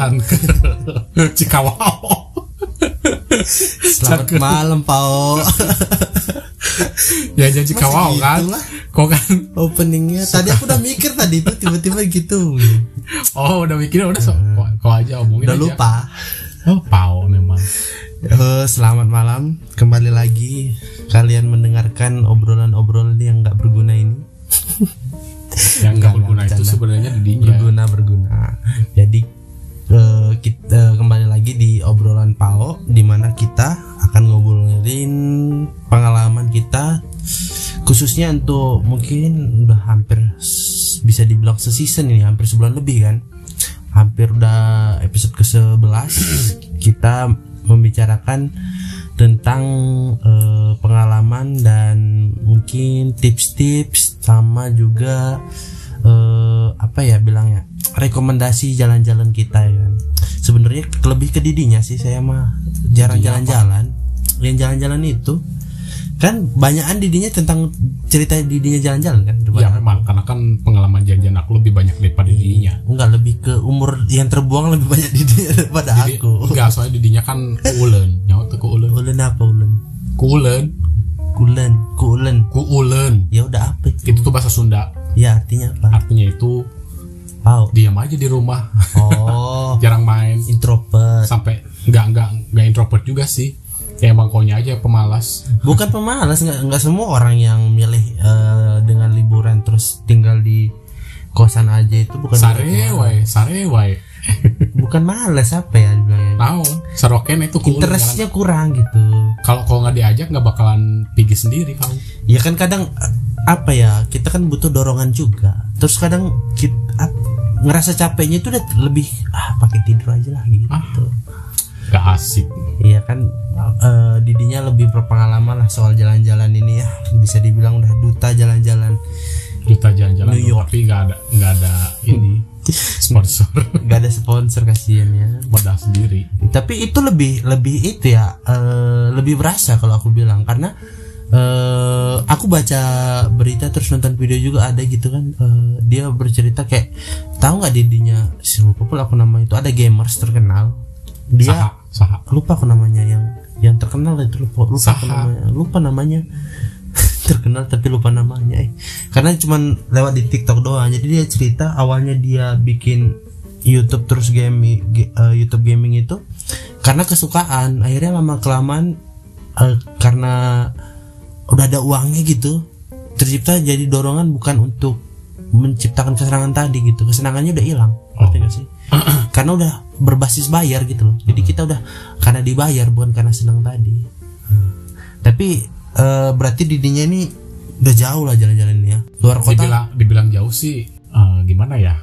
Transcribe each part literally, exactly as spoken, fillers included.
jalan ke Cikawao. Selamat malam, Pao. Ya jadi Cikawao kan. Kok kan openingnya tadi aku udah mikir tadi itu tiba-tiba gitu. Oh, udah mikir udah so, kok, kok aja omongin udah aja. Lupa. Oh, Pao memang. Uh, selamat malam, kembali lagi kalian mendengarkan obrolan-obrolan yang nggak berguna ini. Yang nggak berguna itu sebenarnya didinya. Berguna berguna. Jadi uh, kita kembali lagi di obrolan Pao, di mana kita akan ngobrolin pengalaman kita, khususnya untuk mungkin udah hampir bisa dibilang season ini, hampir sebulan lebih kan, hampir udah episode ke sebelas kita membicarakan tentang uh, pengalaman dan mungkin tips-tips sama juga uh, apa ya bilangnya rekomendasi jalan-jalan kita ya kan. Sebenarnya lebih ke didinya sih, saya mah jarang jalan-jalan. Yang jalan-jalan itu kan banyakan didinya tentang cerita didinya jalan-jalan kan. Ya memang karena kan pengalaman jalan-jalan aku lebih banyak daripada didinya. Enggak, lebih ke umur yang terbuang lebih banyak didinya daripada Didi, aku. Enggak, soalnya didinya kan kuulen. Nyawa tuh kuulen. Kuulen apa ulen? Kuulen. Kulen, kuulen. Kuulen. Ya udah apa itu? Itu tuh bahasa Sunda. Ya artinya apa? Artinya itu Pao. Diam aja di rumah. Oh. Jarang main. Introvert. Sampai enggak enggak enggak introvert juga sih. Ya emang konya aja pemalas. Bukan pemalas, nggak nggak semua orang yang milih uh, dengan liburan terus tinggal di kosan aja itu bukan sareway, sareway. Bukan malas apa ya dibilangnya. Tahu, seroken itu interestnya kurang gitu. Kalau kalau nggak diajak nggak bakalan pergi sendiri kau. Ya kan kadang apa ya, kita kan butuh dorongan juga. Terus kadang kita ap, ngerasa capeknya itu udah lebih ah pakai tidur aja lah gitu. Ah, gak asik. Iya kan, uh, didinya lebih berpengalaman lah soal jalan-jalan ini ya. Bisa dibilang udah duta jalan-jalan. Duta jalan-jalan New York. Tapi nggak ada nggak ada ini sponsor. Nggak ada sponsor kasihan ya. Modal sendiri. Tapi itu lebih lebih itu ya, uh, lebih berasa kalau aku bilang karena uh, aku baca berita terus nonton video juga ada gitu kan. Uh, dia bercerita kayak tahu nggak didinya, lupa pula aku nama itu, ada gamers terkenal. Dia Saha, Saha. lupa aku namanya yang yang terkenal itu lupa lupa Saha. aku namanya lupa namanya terkenal tapi lupa namanya eh. Karena cuman lewat di TikTok doang. Jadi dia cerita awalnya dia bikin YouTube terus game uh, YouTube gaming itu karena kesukaan, akhirnya lama kelamaan uh, karena udah ada uangnya gitu tercipta jadi dorongan bukan untuk menciptakan kesenangan tadi gitu, kesenangannya udah hilang. Ngerti gak sih? Karena udah berbasis bayar gitu loh. Jadi kita udah karena dibayar bukan karena senang tadi. Tapi e, berarti didinya ini udah jauh lah jalan-jalan ini ya. Luar kota. Dibilang, dibilang jauh sih uh, gimana ya?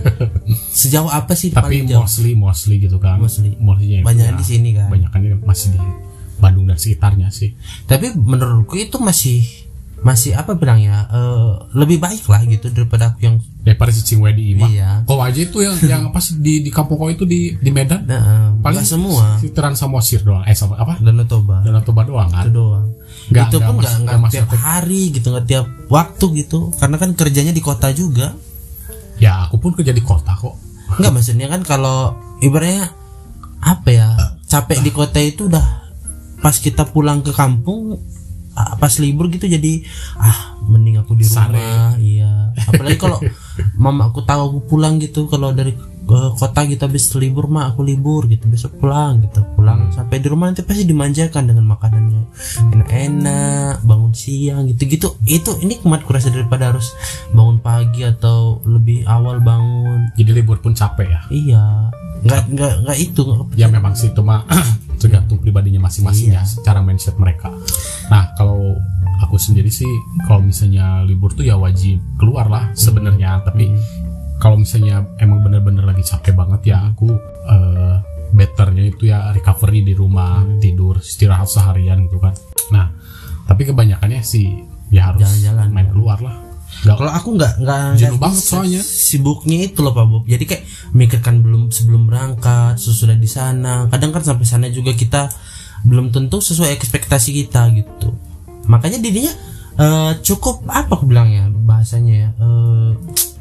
Sejauh apa sih? Tapi mostly mostly gitu kan. Mostly. Mostly banyak di sini kan. Banyak kan masih di Bandung dan sekitarnya sih. Tapi menurutku itu masih masih apa bilangnya uh, lebih baik lah gitu daripada aku yang daripada si Cingwe di Ima. Iya. Kau aja itu yang yang apa sih di di kampung kau itu di di Medan. Nah, paling semua. Sekitaran Samosir doang. Eh sama apa? Danau Toba. Danau Toba doang kan. Itu doang. Gak, itu gak pun mas, nggak nggak tiap ke... hari gitu, nggak tiap waktu gitu. Karena kan kerjanya di kota juga. Ya aku pun kerja di kota kok. Enggak, maksudnya kan kalau ibaratnya apa ya, capek di kota itu udah pas kita pulang ke kampung pas libur gitu jadi ah mending aku di rumah. Sare. Iya, apalagi kalau mama aku tahu aku pulang gitu, kalau dari uh, kota gitu habis libur mah aku libur gitu, besok pulang gitu, pulang hmm. sampai di rumah nanti pasti dimanjakan dengan makanannya enak-enak, bangun siang gitu-gitu. Itu ini kumat kurasa daripada harus bangun pagi atau lebih awal bangun. Jadi libur pun capek ya. Iya, nggak nggak nggak itu gak ya memang sih itu mah tergantung pribadinya masing-masing iya. Ya secara mindset mereka. Nah kalau aku sendiri sih kalau misalnya libur tuh ya wajib keluar lah sebenarnya. Hmm. Tapi hmm. kalau misalnya emang bener-bener lagi capek banget ya aku uh, betternya itu ya recovery di rumah, hmm. tidur istirahat seharian gitu kan. Nah tapi kebanyakannya sih ya harus jalan-jalan, main keluar lah. Kalau aku nggak nggak jenuh banget soalnya sibuknya itu loh Pak Bob. Jadi kayak mikirkan belum sebelum berangkat, sesudah di sana. Kadang kan sampai sana juga kita belum tentu sesuai ekspektasi kita gitu. Makanya didinya uh, cukup apa aku bilangnya bahasanya ya. Uh,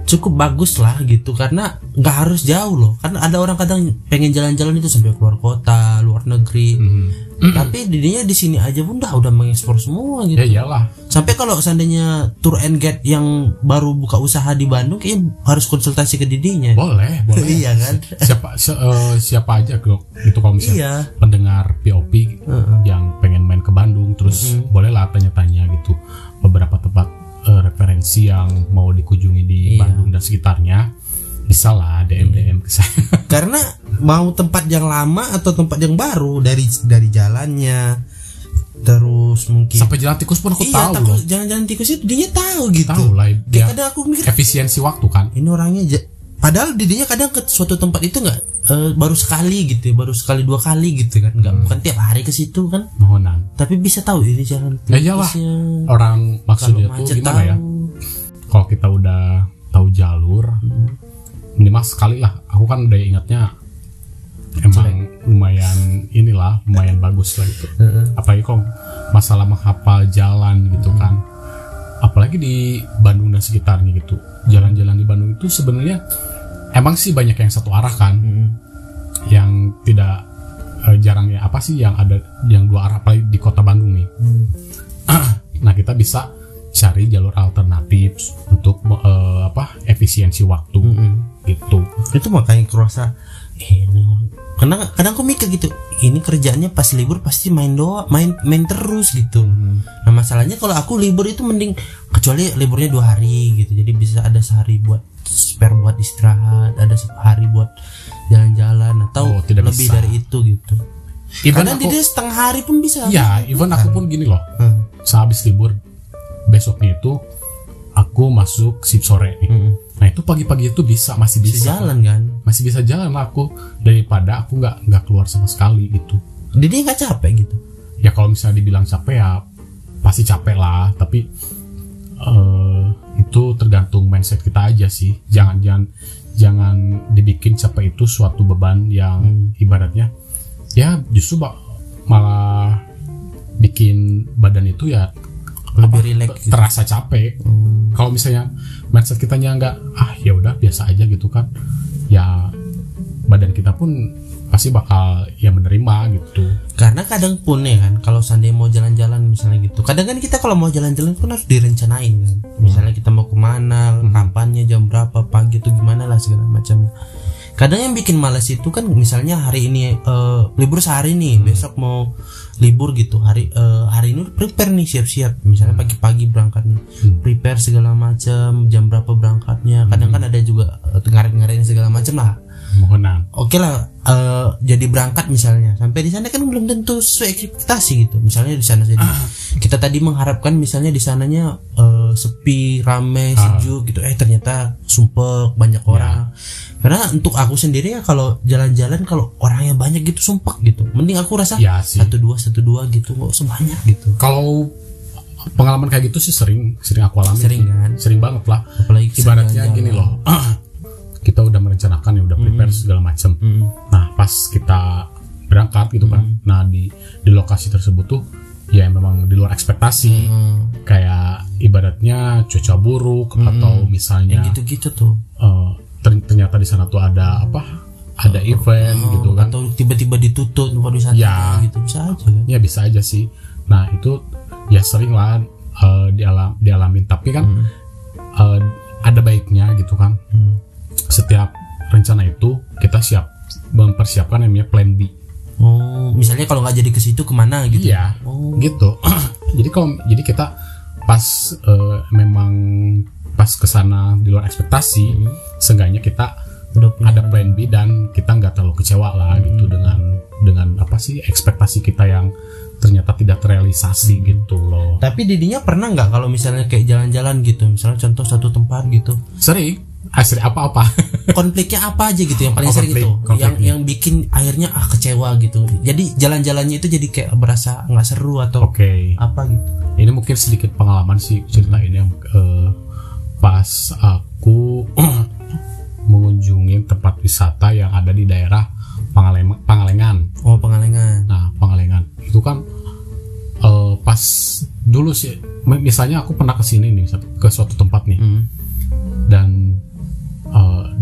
cukup bagus lah gitu, karena nggak harus jauh loh. Karena ada orang kadang pengen jalan-jalan itu sampai keluar kota, luar negeri. Mm-hmm. Tapi dirinya di sini aja pun udah udah mengekspor semua gitu. Ya iyalah. Sampai kalau seandainya tour and guide yang baru buka usaha di Bandung, kayaknya harus konsultasi ke didinya. Boleh, boleh. Iya kan? Siapa si, uh, siapa aja gitu kalau misalnya iya. pendengar P O P uh-uh. yang pengen main ke Bandung, terus uh-uh. bolehlah tanya-tanya gitu beberapa tempat uh, referensi yang mau dikunjungi di iya. Bandung dan sekitarnya, bisa lah D M D M ke saya. Karena mau tempat yang lama atau tempat yang baru, dari dari jalannya, terus mungkin sampai jalan tikus pun aku iya, tahu loh. Jalan-jalan tikus itu dia tahu gitu. Tahu lah. Kayak kadang aku mikir efisiensi waktu kan. Ini orangnya j- padahal didinya kadang ke suatu tempat itu nggak uh, baru sekali gitu, baru sekali dua kali gitu kan, nggak hmm. bukan tiap hari ke situ kan. Mohonan. Tapi bisa tahu ini jalan. Ya iyalah. Orang maksudnya tuh gimana tahu. Ya? Kalau kita udah tahu jalur, hmm. minimal sekali lah. Aku kan udah ingatnya emang Jelek. lumayan inilah, lumayan bagus lah gitu. Uh-uh. Apalagi kok masalah menghafal jalan gitu uh-uh. kan. Apalagi di Bandung dan sekitarnya gitu. Jalan-jalan di Bandung itu sebenarnya emang sih banyak yang satu arah kan. Uh-uh. Yang tidak eh, jarang ya apa sih yang ada yang dua arah, apalagi di kota Bandung nih. Uh-uh. Nah, kita bisa cari jalur alternatif untuk uh, apa efisiensi waktu uh-uh. gitu. Itu makanya kerasa ini kadang kadang aku mikir gitu, ini kerjaannya pas libur pasti main doa main main terus gitu. Hmm. Nah masalahnya kalau aku libur itu mending, kecuali liburnya dua hari gitu, jadi bisa ada sehari buat spare buat istirahat, ada sehari buat jalan-jalan atau oh, lebih bisa. Dari itu gitu. Even kadang aku, dia setengah hari pun bisa. Ya, even aku pun gini loh. Hmm. Sehabis libur besoknya itu aku masuk shift sore nih. Hmm. Nah itu pagi-pagi itu bisa masih bisa, bisa jalan kan, masih bisa jalan lah aku, daripada aku nggak nggak keluar sama sekali gitu. Jadi nggak capek gitu? Ya kalau misalnya dibilang capek ya pasti capek lah, tapi uh, itu tergantung mindset kita aja sih. Jangan jangan jangan dibikin capek itu suatu beban yang hmm. ibaratnya ya justru malah bikin badan itu ya lebih rileks, gitu. Terasa capek. Hmm. Kalau misalnya mindset kitanya nggak, ah ya udah biasa aja gitu kan, ya badan kita pun pasti bakal ya menerima gitu. Karena kadang pun ya kan, kalau seandainya mau jalan-jalan misalnya gitu, kadang kan kita kalau mau jalan-jalan pun harus direncanain kan. Misalnya kita mau kemana, hmm. kapannya, jam berapa, pagi itu gimana lah segala macamnya. Kadang yang bikin malas itu kan, misalnya hari ini uh, libur sehari nih, hmm. besok mau libur gitu, hari uh, hari ini prepare nih, siap-siap, misalnya pagi-pagi berangkatnya, hmm. prepare segala macam, jam berapa berangkatnya. Kadang hmm. kan ada juga uh, ngaret-ngaretin segala macam lah. Mohonan. Oke lah, uh, jadi berangkat misalnya, sampai di sana kan belum tentu sesuai ekspektasi gitu. Misalnya di sana jadi ah. kita tadi mengharapkan misalnya di sananya uh, sepi, ramai, ah. sejuk gitu, eh ternyata sumpek, banyak orang. Ya. Karena untuk aku sendiri ya kalau jalan-jalan kalau orangnya banyak gitu sumpek gitu. Mending aku rasa ya satu dua satu dua gitu, nggak usah banyak gitu. Kalau pengalaman kayak gitu sih sering sering aku alami. Sering kan? Sering banget lah. Apalagi ibaratnya gini loh. Kita udah merencanakan ya, udah prepare mm. segala macam. Mm. Nah, pas kita berangkat gitu kan. Mm. Nah, di di lokasi tersebut tuh ya memang di luar ekspektasi. Mm. Kayak ibaratnya cuaca buruk mm. atau misalnya ya, gitu-gitu tuh. Uh, ternyata di sana tuh ada apa? Ada oh, event oh, gitu kan. Atau tiba-tiba ditutup tempat wisata ya, gitu, bisa aja kan. Ya bisa aja sih. Nah, itu ya sering lah uh, dialam dialamin, tapi kan mm. uh, ada baiknya gitu kan. Mm. Setiap rencana itu kita siap mempersiapkan namanya plan B. Oh, misalnya kalau nggak jadi ke situ kemana gitu? Iya, oh. gitu. jadi kalau jadi kita pas uh, memang pas kesana di luar ekspektasi, hmm. seenggaknya kita udah ada plan B dan kita nggak terlalu kecewa lah hmm. gitu dengan dengan apa sih ekspektasi kita yang ternyata tidak terrealisasi hmm. gitu loh. Tapi didinya pernah nggak kalau misalnya kayak jalan-jalan gitu, misalnya contoh satu tempat gitu? Sering. Asli apa-apa. Konfliknya apa aja gitu yang paling oh, sering konflik, itu konflik yang nih. Yang bikin akhirnya ah kecewa gitu. Jadi jalan-jalannya itu jadi kayak berasa nggak seru atau okay. apa gitu. Ini mungkin sedikit pengalaman sih cerita hmm. ini yang uh, pas aku mengunjungi tempat wisata yang ada di daerah Pangalengan. Pangalengan. Oh, Pangalengan. Nah, Pangalengan itu kan uh, pas dulu sih misalnya aku pernah ke sini nih ke suatu tempat nih. Hmm. Dan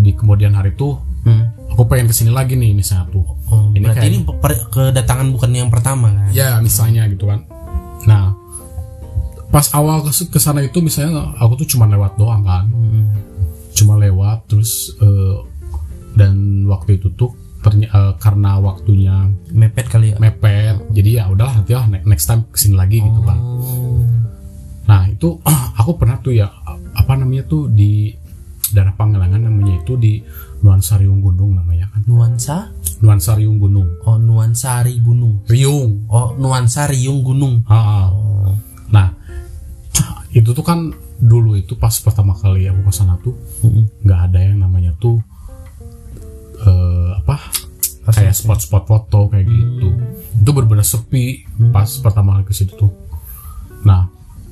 di kemudian hari tuh hmm. aku pengen kesini lagi nih misalnya tuh. Oh, ini berarti kayak, ini per- kedatangan bukan yang pertama kan? Ya misalnya gitu kan. Nah pas awal ke sana itu misalnya aku tuh cuma lewat doang kan, hmm. cuma lewat terus uh, dan waktu itu tuh terny- uh, karena waktunya mepet kali ya, mepet, jadi ya udahlah nanti lah next time kesini lagi oh. gitu kan. Nah itu aku pernah tuh ya apa namanya tuh di daerah Pangalengan namanya itu di Nuansa Riung Gunung namanya kan. Nuansa? Nuansa Riung Gunung. Oh Nuansa Ri Gunung. Riung. Oh Nuansa Riung Gunung. Ha, oh. Nah itu tuh kan dulu itu pas pertama kali aku ke sana tuh nggak mm-hmm. ada yang namanya tuh uh, apa Asal kayak spot-spot foto kayak mm-hmm. gitu. Itu benar-benar sepi mm-hmm. pas pertama kali ke situ tuh. Nah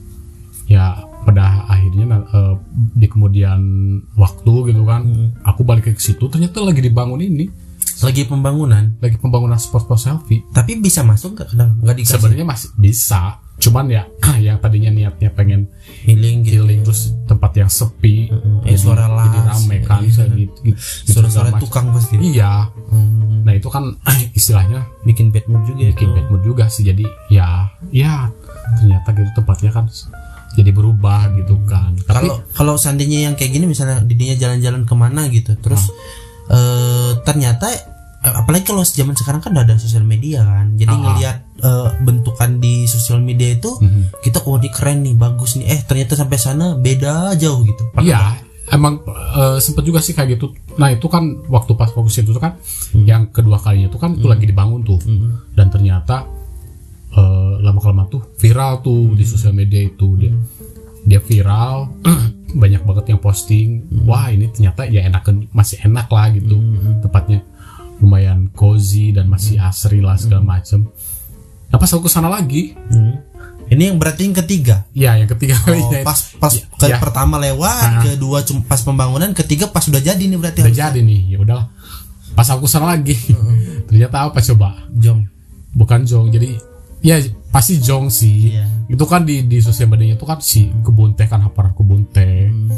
ya pada akhirnya uh, di kemudian waktu gitu kan mm-hmm. aku balik ke situ ternyata lagi dibangun ini. Lagi pembangunan, lagi pembangunan spot-spot selfie. Tapi bisa masuk nggak? Nggak dikasih. Sebenarnya masih bisa. Cuman ya yang tadinya niatnya pengen healing gitu, healing terus tempat yang sepi, mm-hmm. eh, suara las, jadi rame kan, iya, gitu, gitu, suara-suara tukang pasti. Iya. Hmm. Nah itu kan istilahnya bikin bad mood juga. Bikin itu. bad mood juga sih. Jadi ya, ya ternyata gitu tempatnya kan jadi berubah gitu kan. Kalau kalau seandainya yang kayak gini misalnya didinya jalan-jalan kemana gitu, terus hmm. eh, ternyata apalagi kalau zaman sekarang kan udah ada sosial media kan, jadi uh-huh. ngelihat uh, bentukan di sosial media itu uh-huh. kita oh ini keren nih, bagus nih, eh ternyata sampai sana beda jauh gitu. Iya, emang uh, sempet juga sih kayak gitu. Nah itu kan waktu pas fokus itu kan hmm. yang kedua kalinya itu kan hmm. itu lagi dibangun tuh hmm. dan ternyata uh, lama-lama tuh viral tuh hmm. di sosial media itu dia hmm. dia viral banyak banget yang posting hmm. wah ini ternyata ya enak, masih enak lah gitu hmm. tempatnya. Lumayan cozy dan masih asri lah segala hmm. macem. Nah pas aku kesana lagi, hmm. ini yang berarti yang ketiga. Ya yang ketiga. Oh, pas pas ya, ke ya. Pertama lewat, nah. kedua pas pembangunan, ketiga pas udah jadi nih berarti. Udah jadi nih, ya udahlah. Pas aku kesana lagi, hmm. ternyata apa coba? Jong. Bukan jong, jadi ya pasti jong sih. Yeah. Itu kan di di sosial media itu kan si kebun teh kan, hamparan kebun teh hmm.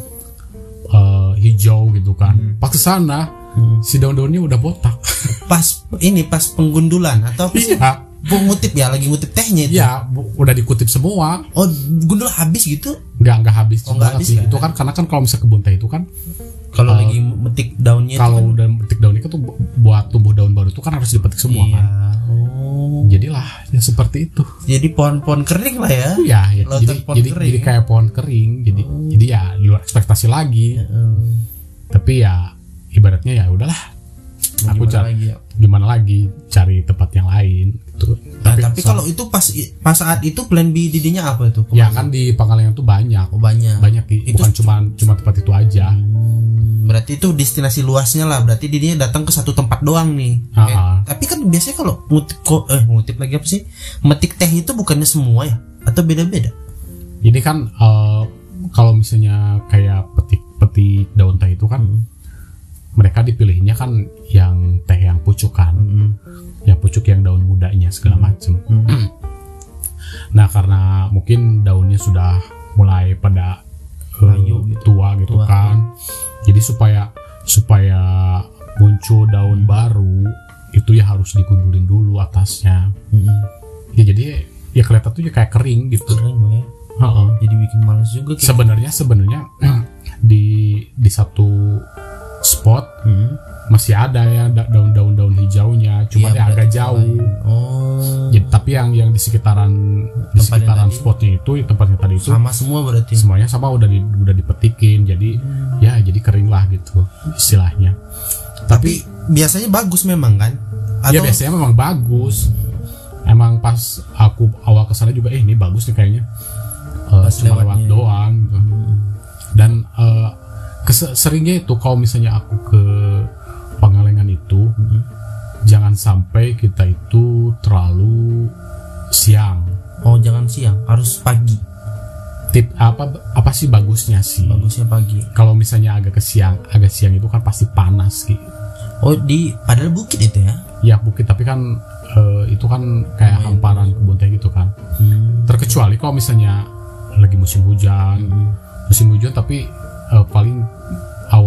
uh, hijau gitu kan. Hmm. Pas kesana. Hmm. Si daun-daunnya udah botak. Pas ini pas penggundulan atau apa sih? Iya. Ngutip ya, lagi ngutip tehnya itu. Iya, udah dikutip semua. Oh, gundul habis gitu? Enggak, enggak habis. Oh, enggak habis sih. Kan? Itu kan karena kan kalau misalnya kebun teh itu kan kalau uh, lagi metik daunnya kalau kan, udah metik daunnya itu tuh buat tumbuh daun baru itu kan harus dipetik semua iya. kan. Oh. Jadilah ya seperti itu. Jadi pohon-pohon kering lah ya. Iya, ya. Jadi jadi, jadi kayak pohon kering. Jadi oh. jadi ya di luar ekspektasi lagi. Hmm. Tapi ya ibaratnya ya udahlah, aku gimana cari lagi, ya? gimana lagi cari tempat yang lain gitu. Nah, tapi, tapi so, kalau itu pas pas saat itu plan B didinya apa itu? Ya kan di Pangalengan tuh banyak, oh, banyak, banyak itu bukan cuma cuma tempat itu aja. Hmm, berarti itu destinasi luasnya lah. Berarti didinya datang ke satu tempat doang nih. Eh, tapi kan biasanya kalau ngutip kok eh ngutip lagi apa sih? Metik teh itu bukannya semua ya? Atau beda-beda? Ini kan uh, kalau misalnya kayak petik-petik daun teh itu kan. Hmm. Mereka dipilihnya kan yang teh yang pucukan, mm-hmm. yang pucuk yang daun mudanya segala macem. Mm-hmm. Nah karena mungkin daunnya sudah mulai pada uh, tua gitu tua. Kan, jadi supaya supaya muncul daun baru itu ya harus digundulin dulu atasnya. Mm-hmm. Ya jadi ya kelihatan tuh ya kayak kering gitu. Kering ya. Uh-uh. Jadi bikin males juga. Sebenarnya sebenarnya di di satu spot hmm. masih ada ya daun-daun daun hijaunya, cuma ya, agak jauh. Oh. Jadi, tapi yang yang di sekitaran di sekitaran tadi, spotnya itu, tempatnya tadi itu sama semua berarti. Semuanya sama udah di, udah dipetikin, jadi hmm. ya jadi kering lah gitu istilahnya. Tapi, tapi biasanya bagus memang kan? Atau... Ya biasanya memang bagus. Emang pas aku awal kesana juga, eh ini bagus nih kayaknya. Uh, cuma lewat doang. Gitu. Hmm. Dan uh, Keseringnya itu kalau misalnya aku ke Pangalengan itu mm-hmm. jangan sampai kita itu terlalu siang. Oh jangan siang, harus pagi. Tip apa apa sih bagusnya sih? Bagusnya pagi. Kalau misalnya agak ke siang, agak siang itu kan pasti panas gitu. Oh di padahal bukit itu ya? Ya bukit tapi kan uh, itu kan kayak oh, hamparan kebun teh gitu kan. Hmm. Terkecuali kalau misalnya lagi musim hujan, hmm. musim hujan tapi Uh, paling awan-awannya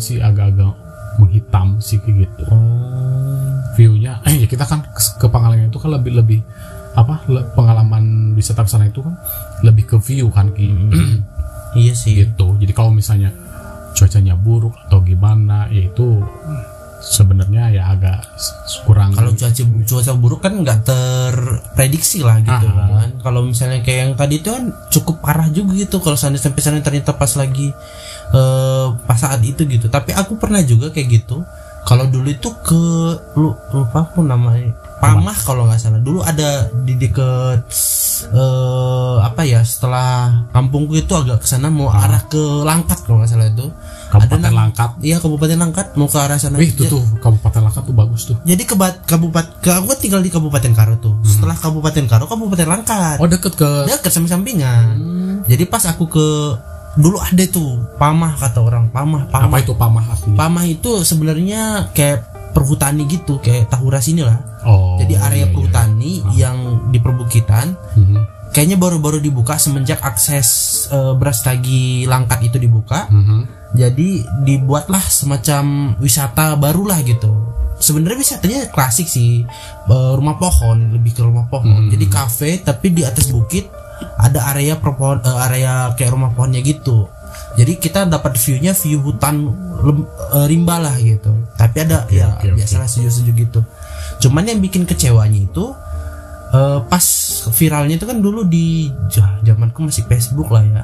sih agak-agak menghitam sih kayak gitu. View-nya eh ya kita kan ke, ke Pangalengan itu kan lebih lebih apa le, pengalaman wisata sana itu kan lebih ke view kan Ki. Iya sih gitu. Jadi kalau misalnya cuacanya buruk atau gimana ya itu sebenarnya ya agak kurang. Kalau cuaca cuaca buruk kan nggak terprediksi lah gitu ah. kan. Kalau misalnya kayak yang tadi itu kan cukup parah juga gitu kalau sana sampai sana ternyata pas lagi uh, pas saat itu gitu. Tapi aku pernah juga kayak gitu. Kalau dulu itu ke lu lupa aku namanya Pamah kalau nggak salah. Dulu ada di deket uh, apa ya setelah kampungku itu agak kesana mau ah. arah ke Langkat kalau nggak salah itu. Kabupaten ada Langkat. Iya Kabupaten Langkat mau ke arah sana. Wih itu tuh Kabupaten Langkat tuh bagus tuh. Jadi ke Kabupaten ke aku tinggal di Kabupaten Karo tuh. Hmm. Setelah Kabupaten Karo Kabupaten Langkat. Oh deket ke. Deket samping-sampingan. Hmm. Jadi pas aku ke dulu ada tuh Pamah kata orang Pamah. Pamah. Apa itu Pamah artinya? Pamah itu sebenarnya kayak perhutani gitu kayak Tahura sini lah. Oh. Jadi area iya, perhutani iya. yang di perbukitan. Hmm. Kayaknya baru-baru dibuka semenjak akses uh, beras tagi Langkat itu dibuka. Hmm. Jadi dibuatlah semacam wisata barulah gitu. Sebenarnya wisatanya klasik sih, rumah pohon, lebih ke rumah pohon. Hmm. Jadi kafe tapi di atas bukit ada area perpohon, area kayak rumah pohonnya gitu. Jadi kita dapat view-nya view hutan rimba lah gitu. Tapi ada okay, ya okay, biasalah okay. sejuk-sejuk gitu. Cuman yang bikin kecewanya itu uh, pas viralnya itu kan dulu di zamanku masih Facebook lah ya.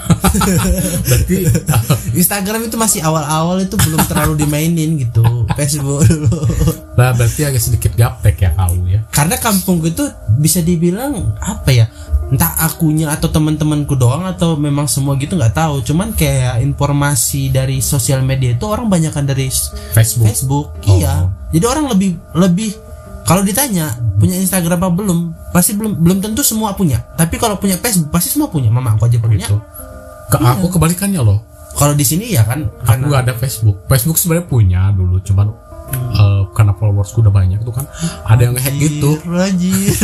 Berarti Instagram itu masih awal-awal itu belum terlalu dimainin gitu. Facebook dulu. Nah berarti agak sedikit gaptek ya kau ya. Karena kampung itu bisa dibilang apa ya, entah akunya atau teman-temanku doang atau memang semua gitu nggak tahu. Cuman kayak informasi dari sosial media itu orang banyakan dari Facebook. Facebook oh. Iya. Jadi orang lebih lebih kalau ditanya punya Instagram apa belum, pasti belum belum tentu semua punya. Tapi kalau punya Facebook pasti semua punya. Mama aku aja punya. Gitu. Ke iya. Aku kebalikannya loh. Kalau di sini ya kan aku nggak ada Facebook. Facebook sebenarnya punya dulu, cuman hmm. uh, karena followersku udah banyak tuh kan ada yang nge-hack gitu. Rajin.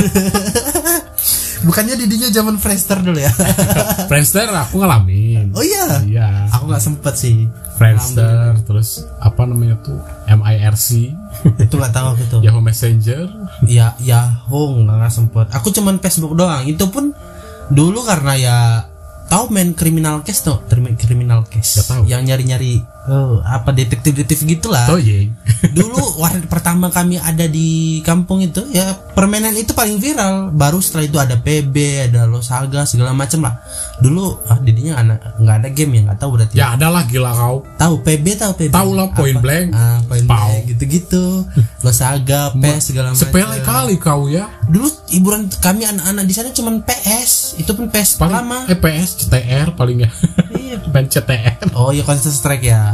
Bukannya didinya zaman Friendster dulu ya? Friendster aku ngalamin. Oh iya. Iya. Aku nggak sempet sih. Friendster, terus apa namanya tuh M I R C. Itu nggak tahu aku tuh. Yahoo Messenger. Ya Yahoo nggak sempet. Aku cuman Facebook doang. Itu pun dulu karena ya tahu main Criminal Case tuh, Criminal Case yang nyari-nyari oh, apa detektif-detektif gitulah. Oh iya. Dulu warnet pertama kami ada di kampung itu ya permainan itu paling viral. Baru setelah itu ada P B, ada Losaga segala macam lah. Dulu ah didinya anak nggak ada game ya nggak tahu berarti. Ya ada lah gila kau. Tahu P B tahu P B. Tahu lah Point apa? Blank. Ah Point Pau. Blank gitu-gitu. Losaga, P S segala macam. Sepele kali kau ya. Dulu hiburan kami anak-anak di sana cuman P S. Itu pun P S paling, lama. Eh P S C T R paling ya. Iya, main C T R. Oh ya Counter Strike ya.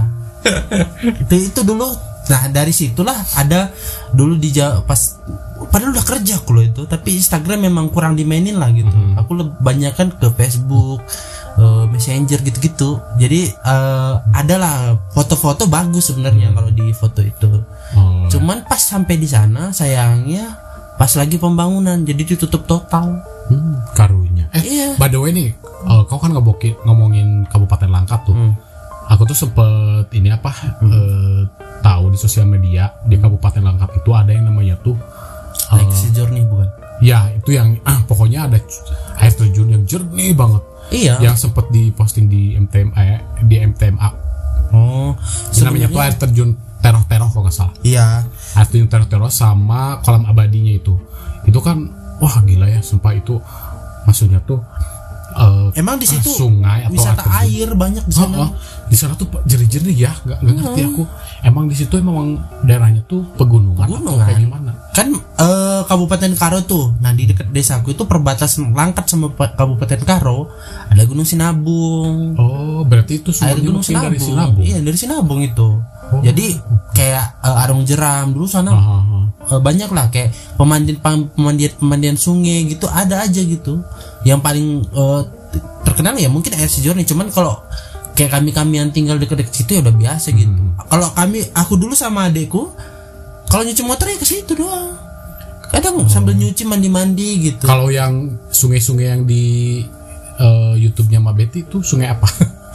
itu itu dulu. Nah dari situlah ada dulu di pas padahal udah kerja aku loh itu, tapi Instagram memang kurang dimainin lah gitu. Mm-hmm. Aku lebih banyakan ke Facebook, uh, Messenger gitu-gitu. Jadi uh, adalah foto-foto bagus sebenarnya mm-hmm. kalau di foto itu. Oh. Cuman pas sampai di sana sayangnya pas lagi pembangunan jadi ditutup total. Hmm, karunya. Eh, iya. By the way nih, uh, kau kan ngomongin, ngomongin Kabupaten Langkat tuh. Hmm. Aku tuh sempet ini apa hmm. uh, tahu di sosial media di Kabupaten Langkat itu ada yang namanya tuh uh, Legacy Journey bukan? Ya itu yang ah pokoknya ada air terjun yang jernih banget. Iya. Yang sempet diposting di M T M A di M T M A. Oh. Namanya tuh air terjun teroh-teroh kalau nggak salah. Iya. Air terjun teroh-teroh sama kolam abadinya itu. Itu kan wah gila ya, sumpah itu maksudnya tuh uh, emang di situ sungai atau wisata air, air banyak di sana. Oh, oh. Di sana tuh jernih-jernih ya, nggak nggak ngerti aku. Emang di situ emang daerahnya tuh pegunungan, pegunungan. Atau kayak gimana? Kan uh, Kabupaten Karo tuh, nah di dekat desaku itu perbatasan Langkat sama Kabupaten Karo ada Gunung Sinabung. Oh, berarti itu air Gunung Sinabung. Dari Sinabung. Iya dari Sinabung itu. Oh. Jadi kayak uh, Arung Jeram dulu sana. Aha, aha. Uh, banyak lah kayak pemandian pemandian pemandian sungai gitu ada aja gitu. Yang paling uh, terkenal ya mungkin air Sejorni, cuman kalau kayak kami-kami yang tinggal dekat-dekat situ ya udah biasa hmm. gitu. Kalau kami aku dulu sama adekku kalau nyuci motor ya ke situ doang. Kadang oh. sambil nyuci mandi-mandi gitu. Kalau yang sungai-sungai yang di uh, YouTube-nya Mbak Betty itu sungai apa?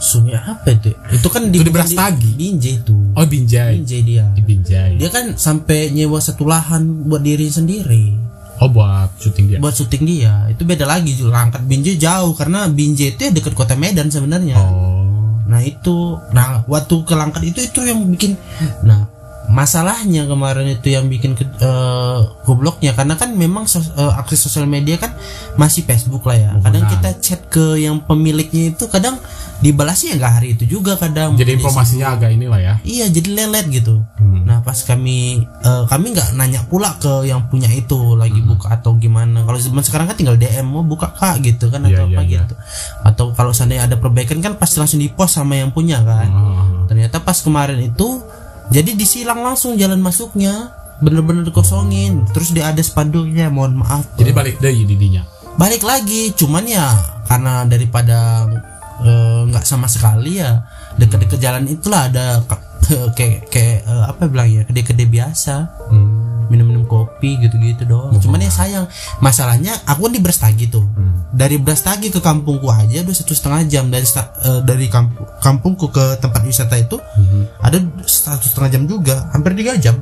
Sungai apa itu? Itu kan Itu di Brastagi. Binjai itu. Oh Binjai. Binjai dia. Di Binjai. Dia kan sampai nyewa satu lahan buat diri sendiri. Oh buat syuting dia. Buat syuting dia. Itu beda lagi juga. Langkat Binjai jauh karena Binjai itu ya dekat kota Medan sebenarnya. Oh. Nah itu, nah waktu ke Langkat itu itu yang bikin. Nah masalahnya kemarin itu yang bikin ke, uh, gobloknya karena kan memang sos, uh, akses sosial media kan masih Facebook lah ya. Kadang kita chat ke yang pemiliknya itu kadang dibalasnya nggak hari itu juga kadang. Jadi informasinya agak inilah ya. Iya jadi lelet gitu. Hmm. Nah pas kami uh, kami nggak nanya pula ke yang punya itu lagi hmm. buka atau gimana. Kalau zaman sekarang kan tinggal D M mau buka kak gitu kan atau yeah, apa yeah, gitu. Yeah. Atau kalau seandainya ada perbaikan kan pasti langsung dipost sama yang punya kan. Hmm. Ternyata pas kemarin itu jadi disilang langsung jalan masuknya, bener-bener dikosongin. Terus dia ada spanduknya, mohon maaf. Jadi balik deh didinya. Balik lagi, cuman ya karena daripada nggak e, sama sekali ya dekat-dekat jalan itulah ada kayak kayak e, apa bilangnya kedai-kedai biasa, hmm. minum-minum kopi gitu-gitu doang. Hmm. Cuman ya sayang, masalahnya aku kan di Brastagi tuh. Hmm. Dari Brastagi ke kampungku aja udah satu setengah jam dari uh, dari kampung, kampungku ke tempat wisata itu hmm. ada satu setengah jam juga, hampir tiga jam.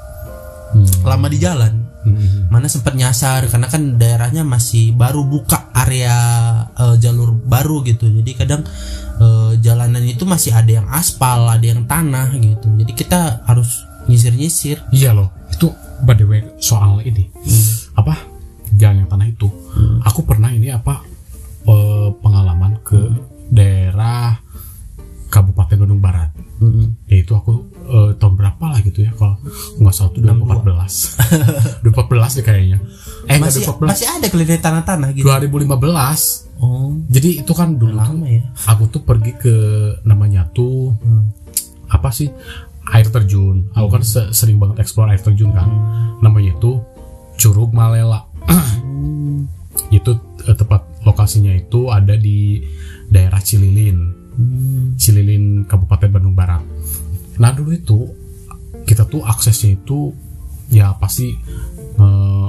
Hmm. Lama di jalan. Hmm. Mana sempat nyasar karena kan daerahnya masih baru buka area uh, jalur baru gitu. Jadi kadang uh, jalanan itu masih ada yang aspal, ada yang tanah gitu. Jadi kita harus nyisir-nyisir. Iya loh. Itu by the way soal ini. Hmm. Apa? Jalan yang tanah itu. Hmm. Aku pernah ini apa uh, pengalaman ke hmm. daerah Kabupaten Bandung Barat. Hmm. Yaitu aku uh, tahun berapa lah gitu ya kalau nggak salah itu dua ribu empat belas. dua ribu empat belas deh kayaknya. Eh masih dua ribu empat belas. Masih ada keliling tanah-tanah gitu. dua ribu lima belas. Oh. Jadi itu kan dulu lama ya. Aku tuh pergi ke namanya tuh hmm. apa sih? Air terjun. Aku kan se- sering banget explore air terjun kan. Hmm. Namanya itu Curug Malela. Hmm. Itu eh, tempat lokasinya itu ada di daerah Cililin. Hmm. Cililin Kabupaten Bandung Barat. Nah dulu itu kita tuh aksesnya itu ya pasti eh,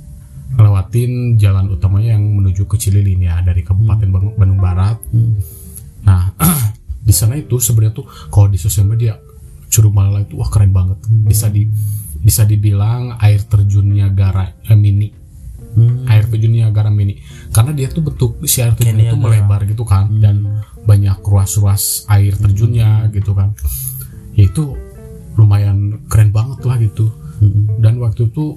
ngelewatin jalan utamanya yang menuju ke Cililin ya dari Kabupaten hmm. Bandung Barat. Hmm. Nah di sana itu sebenarnya tuh kalau di sosial media Curug Malela itu wah keren banget. Hmm. Bisa di bisa dibilang air terjun Niagara eh, mini. Hmm. Air terjun Niagara mini. Karena dia tuh bentuk si air terjun itu melebar gitu kan hmm. dan banyak ruas-ruas air terjunnya hmm. gitu kan. Ya itu lumayan keren banget lah gitu. Hmm. Dan waktu itu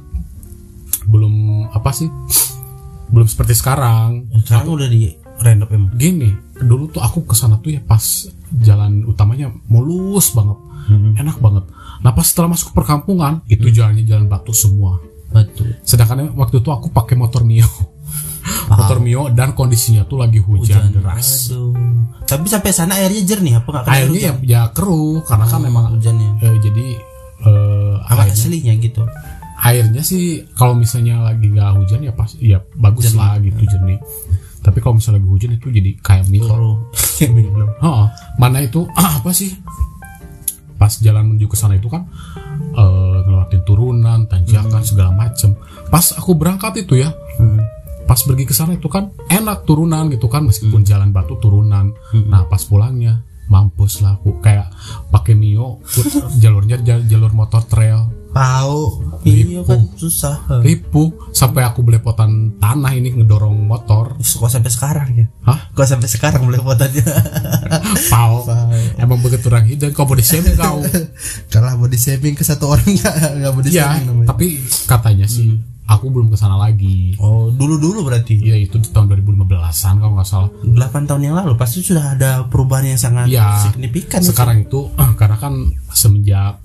belum apa sih? Belum seperti sekarang. Sekarang aku, udah di renov emang. Gini, dulu tuh aku kesana tuh ya pas jalan utamanya mulus banget, hmm. enak banget. Nah pas setelah masuk ke perkampungan itu hmm. jalannya jalan batu semua. Batu. Sedangkan waktu itu aku pakai motor Mio, motor Mio dan kondisinya tuh lagi hujan, hujan deras. Aduh. Tapi sampai sana airnya jernih apa nggak? Airnya ya, ya keruh karena oh, kan memang hujannya. Eh, jadi eh, apa aslinya gitu. Airnya sih kalau misalnya lagi nggak hujan ya pas ya bagus jernih. Lah gitu jernih. Tapi kalau misalnya lagi hujan itu jadi kayak Milo. Oh, mana itu ah, apa sih? Pas jalan menuju ke sana itu kan uh, ngelewatin turunan, tanjakan hmm. segala macem. Pas aku berangkat itu ya, hmm. pas pergi ke sana itu kan enak turunan gitu kan meskipun hmm. jalan batu turunan. Hmm. Nah pas pulangnya mampus lah aku kayak pakai Mio, jalurnya jalur motor trail. Tahu, iya kan susah. Ribu sampai aku belepotan tanah ini ngedorong motor. Kok sampai sekarang ya? Hah? Kok sampai sekarang belepotannya? Pau. Emang begitu orang hidup kau body shaming kau. Kalah body shaming ke satu orang nggak nggak body ya, shaming namanya. Tapi katanya sih hmm. aku belum kesana lagi. Oh dulu-dulu berarti? Iya itu di tahun dua ribu lima belasan kalau nggak salah. delapan tahun yang lalu pasti sudah ada perubahan yang sangat ya, signifikan. Sekarang itu, itu karena kan semenjak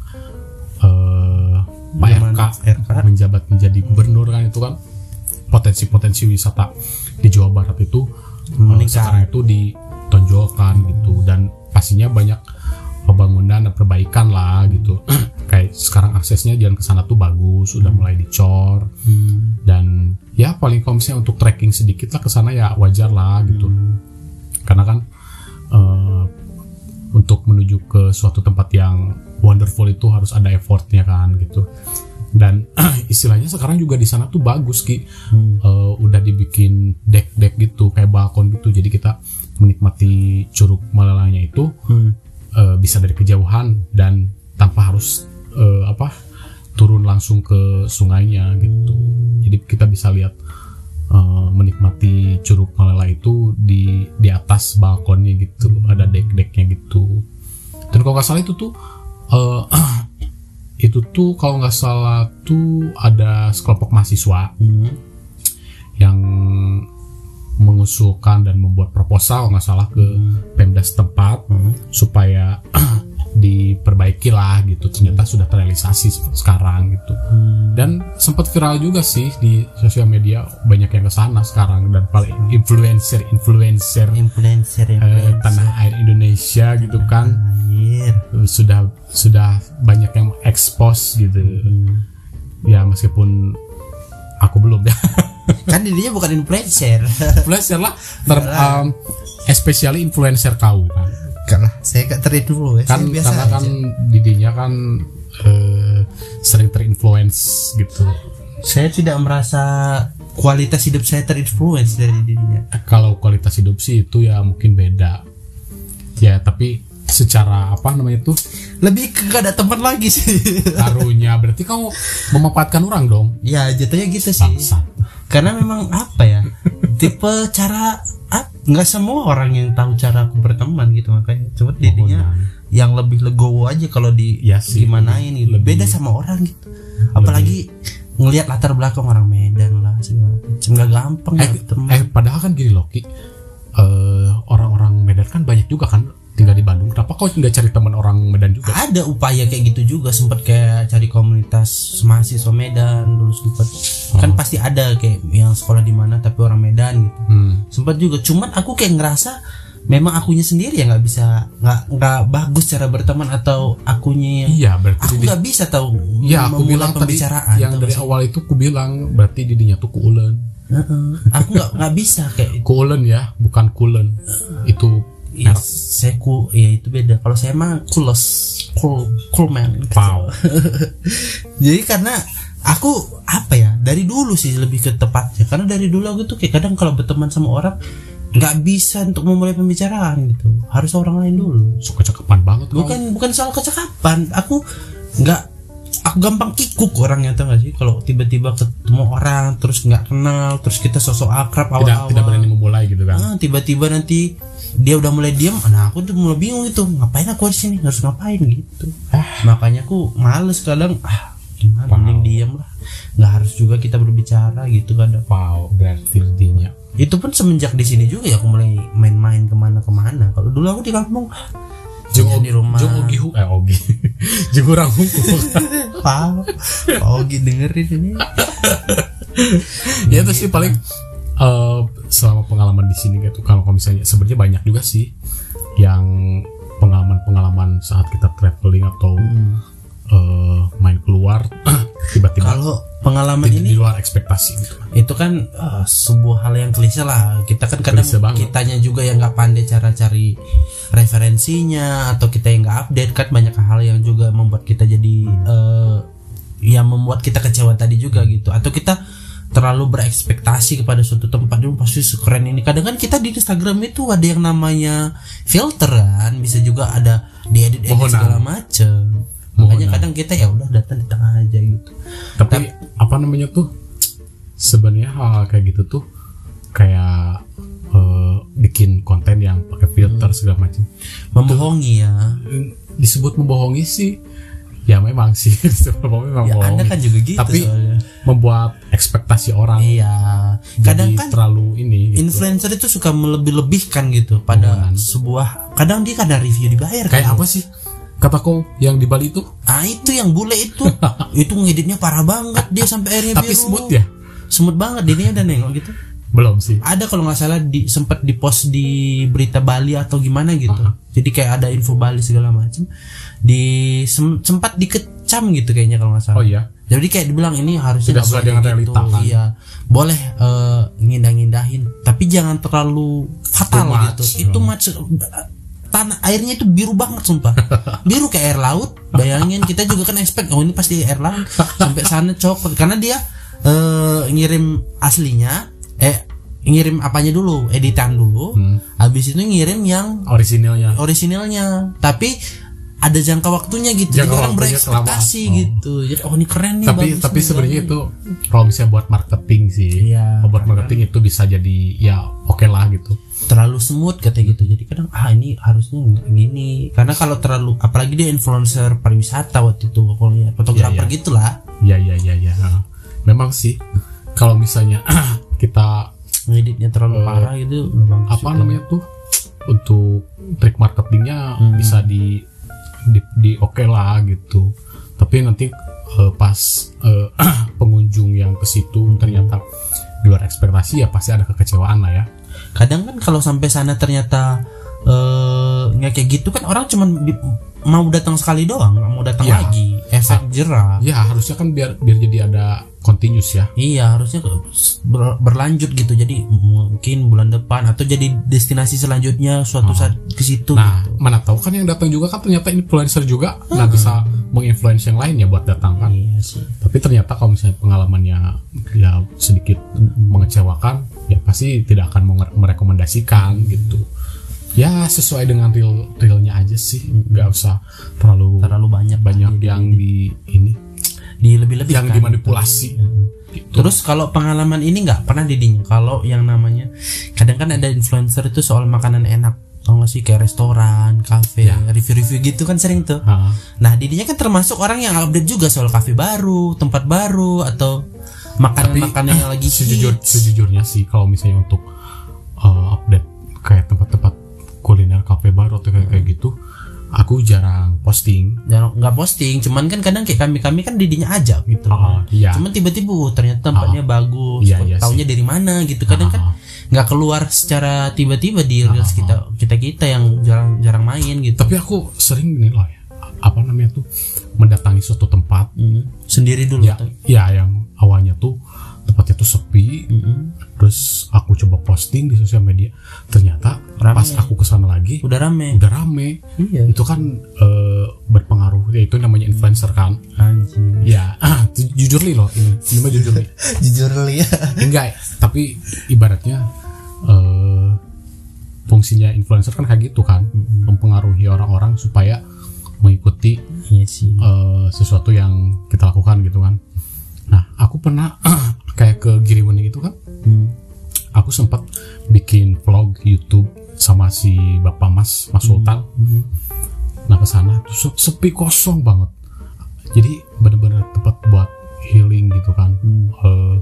uh, Pak R K, R K menjabat menjadi gubernur kan itu kan potensi-potensi wisata di Jawa Barat itu meningkat. Sekarang itu ditonjolkan gitu dan pastinya banyak pembangunan dan perbaikan lah gitu. Kayak sekarang aksesnya jalan ke sana tuh bagus, udah mulai dicor hmm. dan ya paling kalau misalnya untuk trekking sedikit lah ke sana ya wajar lah gitu. Hmm. Karena kan uh, untuk menuju ke suatu tempat yang wonderful itu harus ada effortnya kan gitu. Dan istilahnya sekarang juga di sana tuh bagus Ki. Hmm. Uh, udah dibikin deck-deck gitu kayak balkon gitu. Jadi kita menikmati Curug Malalanya itu hmm. uh, bisa dari kejauhan dan tanpa harus uh, apa turun langsung ke sungainya gitu. Jadi kita bisa lihat uh, menikmati Curug Malala itu di di atas balkonnya gitu, ada dek-deknya gitu. Dan kalau nggak salah itu tuh uh, itu tuh kalau nggak salah tuh ada sekelompok mahasiswa hmm. yang mengusulkan dan membuat proposal nggak salah ke hmm. Pemda setempat hmm. supaya diperbaiki lah gitu. Ternyata sudah terrealisasi sekarang gitu. Hmm. Dan sempat viral juga sih di sosial media, banyak yang kesana sekarang dan paling influencer influencer influencer, eh, influencer. tanah air Indonesia gitu kan. Air. sudah sudah banyak yang expose gitu. Hmm. Ya meskipun aku belum ya. Kan dirinya bukan influencer. Influencer lah, ter, um, especially influencer kau kan. Karena saya gak terinfluence kan biasa karena aja. Kan didinya kan uh, sering terinfluence gitu. Saya tidak merasa kualitas hidup saya terinfluence dari dirinya. Kalau kualitas hidup sih itu ya mungkin beda. Ya tapi secara apa namanya tuh lebih ke gak ada teman lagi sih. Karunya berarti kamu memanfaatkan orang dong. Ya jatuhnya gitu sih. Bangsat. Karena memang apa ya, tipe cara ah, nggak semua orang yang tahu cara aku berteman gitu, makanya coba dirinya oh, yang lebih legowo aja kalau di ya sih, gimanain gitu. Lebih, beda sama orang gitu. Apalagi lebih. Ngelihat latar belakang orang Medan lah segala macam, nggak gampang eh, ya teman. Eh padahal kan gini loh Ki, uh, orang-orang Medan kan banyak juga kan tinggal di Bandung. Kenapa kau nggak cari teman orang Medan juga? Ada upaya kayak gitu juga, sempat kayak cari komunitas mahasiswa Medan dulu sempat. Oh. Kan pasti ada kayak yang sekolah di mana tapi orang Medan gitu. Hmm. Sempat juga, cuman aku kayak ngerasa memang akunya sendiri ya nggak bisa, nggak nggak bagus cara berteman, atau akunya yang iya, berarti aku nggak bisa tahu. Iya, aku bilang tadi yang dari awal itu aku bilang berarti didinya tuh kuulen. Uh-uh. Aku nggak nggak bisa kayak kuulen ya, bukan kulen. Uh, itu ya, saya ku, ya itu beda. Kalau saya mah kulos, cool, cool man. Wow. Jadi karena aku apa ya, dari dulu sih lebih ke tepatnya. Karena dari dulu aku tuh kayak kadang kalau berteman sama orang nggak bisa untuk memulai pembicaraan gitu. Harus orang lain dulu. So kecakapan banget. Bukan bukan soal kecakapan. Aku nggak, aku gampang kikuk orangnya, tau gak sih? Kalau tiba-tiba ketemu orang terus nggak kenal, terus kita sosok akrab awal-awal, tidak, tidak berani memulai gitu kan. Nah, tiba-tiba nanti dia udah mulai diam, nah aku tuh mulai bingung gitu, ngapain aku di sini, harus ngapain gitu. Ah, makanya aku males kadang, ah gimana, wow. Mending diam lah, nggak harus juga kita berbicara gitu kadang. Wow, berarti intinya. Itu pun semenjak di sini juga ya aku mulai main-main kemana-kemana. Kalau dulu aku di kampung, Jung di rumah. Jung Ogi hu, eh Ogi, Jung orang hukum. Wow, Ogi dengerin ini. Ya itu sih paling. Uh, selama pengalaman di sini gitu, kalau misalnya sebenarnya banyak juga sih yang pengalaman-pengalaman saat kita traveling atau hmm. uh, main keluar tiba-tiba kalau pengalaman di, ini di luar ekspektasi gitu. Itu kan uh, sebuah hal yang klise lah. Kita kan kadang kitanya juga yang nggak pandai cara cari referensinya, atau kita yang nggak update, kan banyak hal yang juga membuat kita jadi uh, yang membuat kita kecewa tadi juga gitu, atau kita terlalu berekspektasi kepada suatu tempat dulu pasti sekeren ini. Kadang kan kita di Instagram itu ada yang namanya filter kan, bisa juga ada diedit edit segala macam. Makanya kadang kita ya udah datang di tengah aja gitu. Tapi, Tapi apa namanya tuh sebenarnya hal kayak gitu tuh kayak uh, bikin konten yang pakai filter hmm. segala macam, membohongi ya. Disebut membohongi sih. Ya memang sih memang ya, Anda kan juga gitu. Tapi soalnya membuat ekspektasi orang. Iya. Kadang kan terlalu ini gitu. Influencer itu suka melebih-lebihkan gitu pada oh, sebuah, kadang dia kadang review dibayar. Kayak kan apa sih kata kau yang di Bali itu? Ah itu yang bule itu. Itu ngeditnya parah banget, dia sampai airnya biru. Tapi smooth ya? Smooth banget, dia ada nengok gitu. Belum sih. Ada kalau nggak salah di, sempat di post di berita Bali atau gimana gitu. Uh-huh. Jadi kayak ada info Bali segala macam. Di sem, sempat dikecam gitu kayaknya kalau nggak salah. Oh iya. Jadi kayak dibilang ini harusnya tidak sesuai dengan gitu. realita kan. Iya. Boleh uh, ngindah-ngindahin, tapi jangan terlalu fatal gitu. Itu macam tanah airnya itu biru banget sumpah. Biru kayak air laut. Bayangin kita juga kan expect oh ini pasti air laut. Sampai sana coklat karena dia uh, ngirim aslinya eh ngirim apanya dulu, editan dulu, hmm. habis itu ngirim yang orisinilnya. Orisinilnya. Tapi ada jangka waktunya gitu. Jangka jadi orang berekspektasi oh. gitu. Jadi oh ini keren nih. Tapi tapi sebenarnya itu kalau misalnya buat marketing sih. Iya, buat marketing itu bisa jadi ya oke okay lah gitu. Terlalu smooth katanya gitu. Jadi kadang ah ini harusnya gini. Karena kalau terlalu apalagi dia influencer pariwisata waktu itu pokoknya fotografer ya, ya. Gitulah. Iya iya iya ya. Memang sih kalau misalnya kita ngeditnya terlalu uh, parah gitu apa juga. Namanya tuh untuk trik marketingnya hmm. bisa di di, di oke okay lah gitu, tapi nanti uh, pas uh, pengunjung yang ke situ ternyata di luar ekspektasi ya pasti ada kekecewaan lah ya. Kadang kan kalau sampai sana ternyata nggak uh, kayak gitu kan orang cuman di, mau datang sekali doang, nggak mau datang ya, lagi, efek jerah. Ya harusnya kan biar biar jadi ada continuous ya. Iya harusnya ber, berlanjut gitu. Jadi mungkin bulan depan atau jadi destinasi selanjutnya suatu oh. saat ke situ. Nah gitu. Mana tahu kan yang datang juga kan ternyata influencer juga, hmm. nah bisa menginfluence yang lain ya buat datang kan. Iya sih. Tapi ternyata kalau misalnya pengalamannya ya sedikit hmm. mengecewakan, ya pasti tidak akan merekomendasikan gitu. Ya sesuai dengan real realnya aja sih, nggak usah terlalu terlalu banyak banyak yang di ini di lebih-lebih yang kan, dimanipulasi. Gitu. Terus kalau pengalaman ini nggak pernah didinya kalau yang namanya kadang kan ada influencer itu soal makanan enak, tau nggak sih kayak restoran, kafe, ya. review-review gitu kan sering tuh. Ha. Nah didinya kan termasuk orang yang update juga soal kafe baru, tempat baru atau makanan-makanan yang lagi sejujur sejujurnya sih kalau misalnya untuk uh, update kayak tempat-tempat kuliner kafe baru atau kayak, kayak gitu aku jarang posting. Jarang nggak posting, cuman kan kadang kayak kami kami kan didinya ajak gitu. Oh, iya. Cuman tiba-tiba oh, ternyata tempatnya oh, bagus. Iya, iya taunya dari mana gitu. Kadang oh, kan nggak keluar secara tiba-tiba di reels oh, kita kita kita yang jarang jarang main gitu. Tapi aku sering gini loh ya, apa namanya tuh mendatangi suatu tempat hmm. sendiri dulu. Ya, ya yang awalnya tuh tempatnya tuh sepi. Mm-hmm. Terus aku coba posting di sosial media, ternyata rame. Pas aku kesana lagi udah rame, udah rame. Iya. Itu kan uh, berpengaruh, ya itu namanya influencer kan. Anjing. Ya, ah, jujur li loh ini, ini mah jujur li. Jujur li ya. Enggak, tapi ibaratnya uh, fungsinya influencer kan kayak gitu kan, mm-hmm. mempengaruhi orang-orang supaya mengikuti iya sih. Uh, sesuatu yang kita lakukan gitu kan. Nah, aku pernah kayak ke Giriwening itu kan, hmm. aku sempat bikin vlog YouTube sama si Bapak Mas Mas Sultan. Hmm. Nah kesana tuh sepi kosong banget, jadi benar-benar tempat buat healing gitu kan, hmm. uh,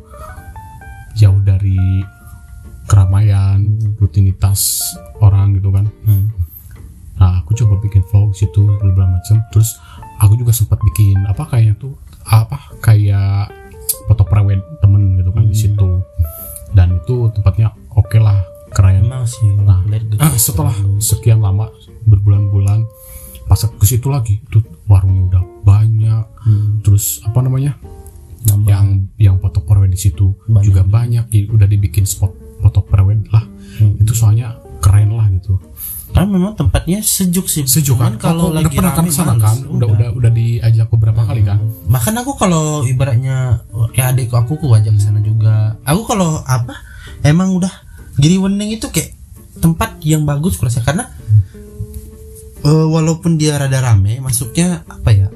jauh dari keramaian, hmm. rutinitas orang gitu kan. Hmm. Nah aku coba bikin vlog situ berbagai macam, terus aku juga sempat bikin apa kayaknya tuh apa kayak foto prewed temen gitu kan hmm. di situ, dan itu tempatnya oke okay lah, keren. Sih, nah setelah sekian lama berbulan-bulan pas ke situ lagi tuh warungnya udah banyak, hmm. terus apa namanya Nambah. yang yang foto prewed di situ banyak juga banyak, ya, udah dibikin spot foto prewed lah. hmm. Itu soalnya keren lah gitu. Karena memang tempatnya sejuk sih. Sejuk kan. Kalau lagi pernah kan sana kan, udah udah udah diajak beberapa hmm. kali kan. Bahkan aku kalau ibaratnya ya adik aku aku ajak ke sana juga. Aku kalau apa emang udah Giriwening itu kayak tempat yang bagus kurasa karena hmm. uh, walaupun dia rada rame, masuknya apa ya?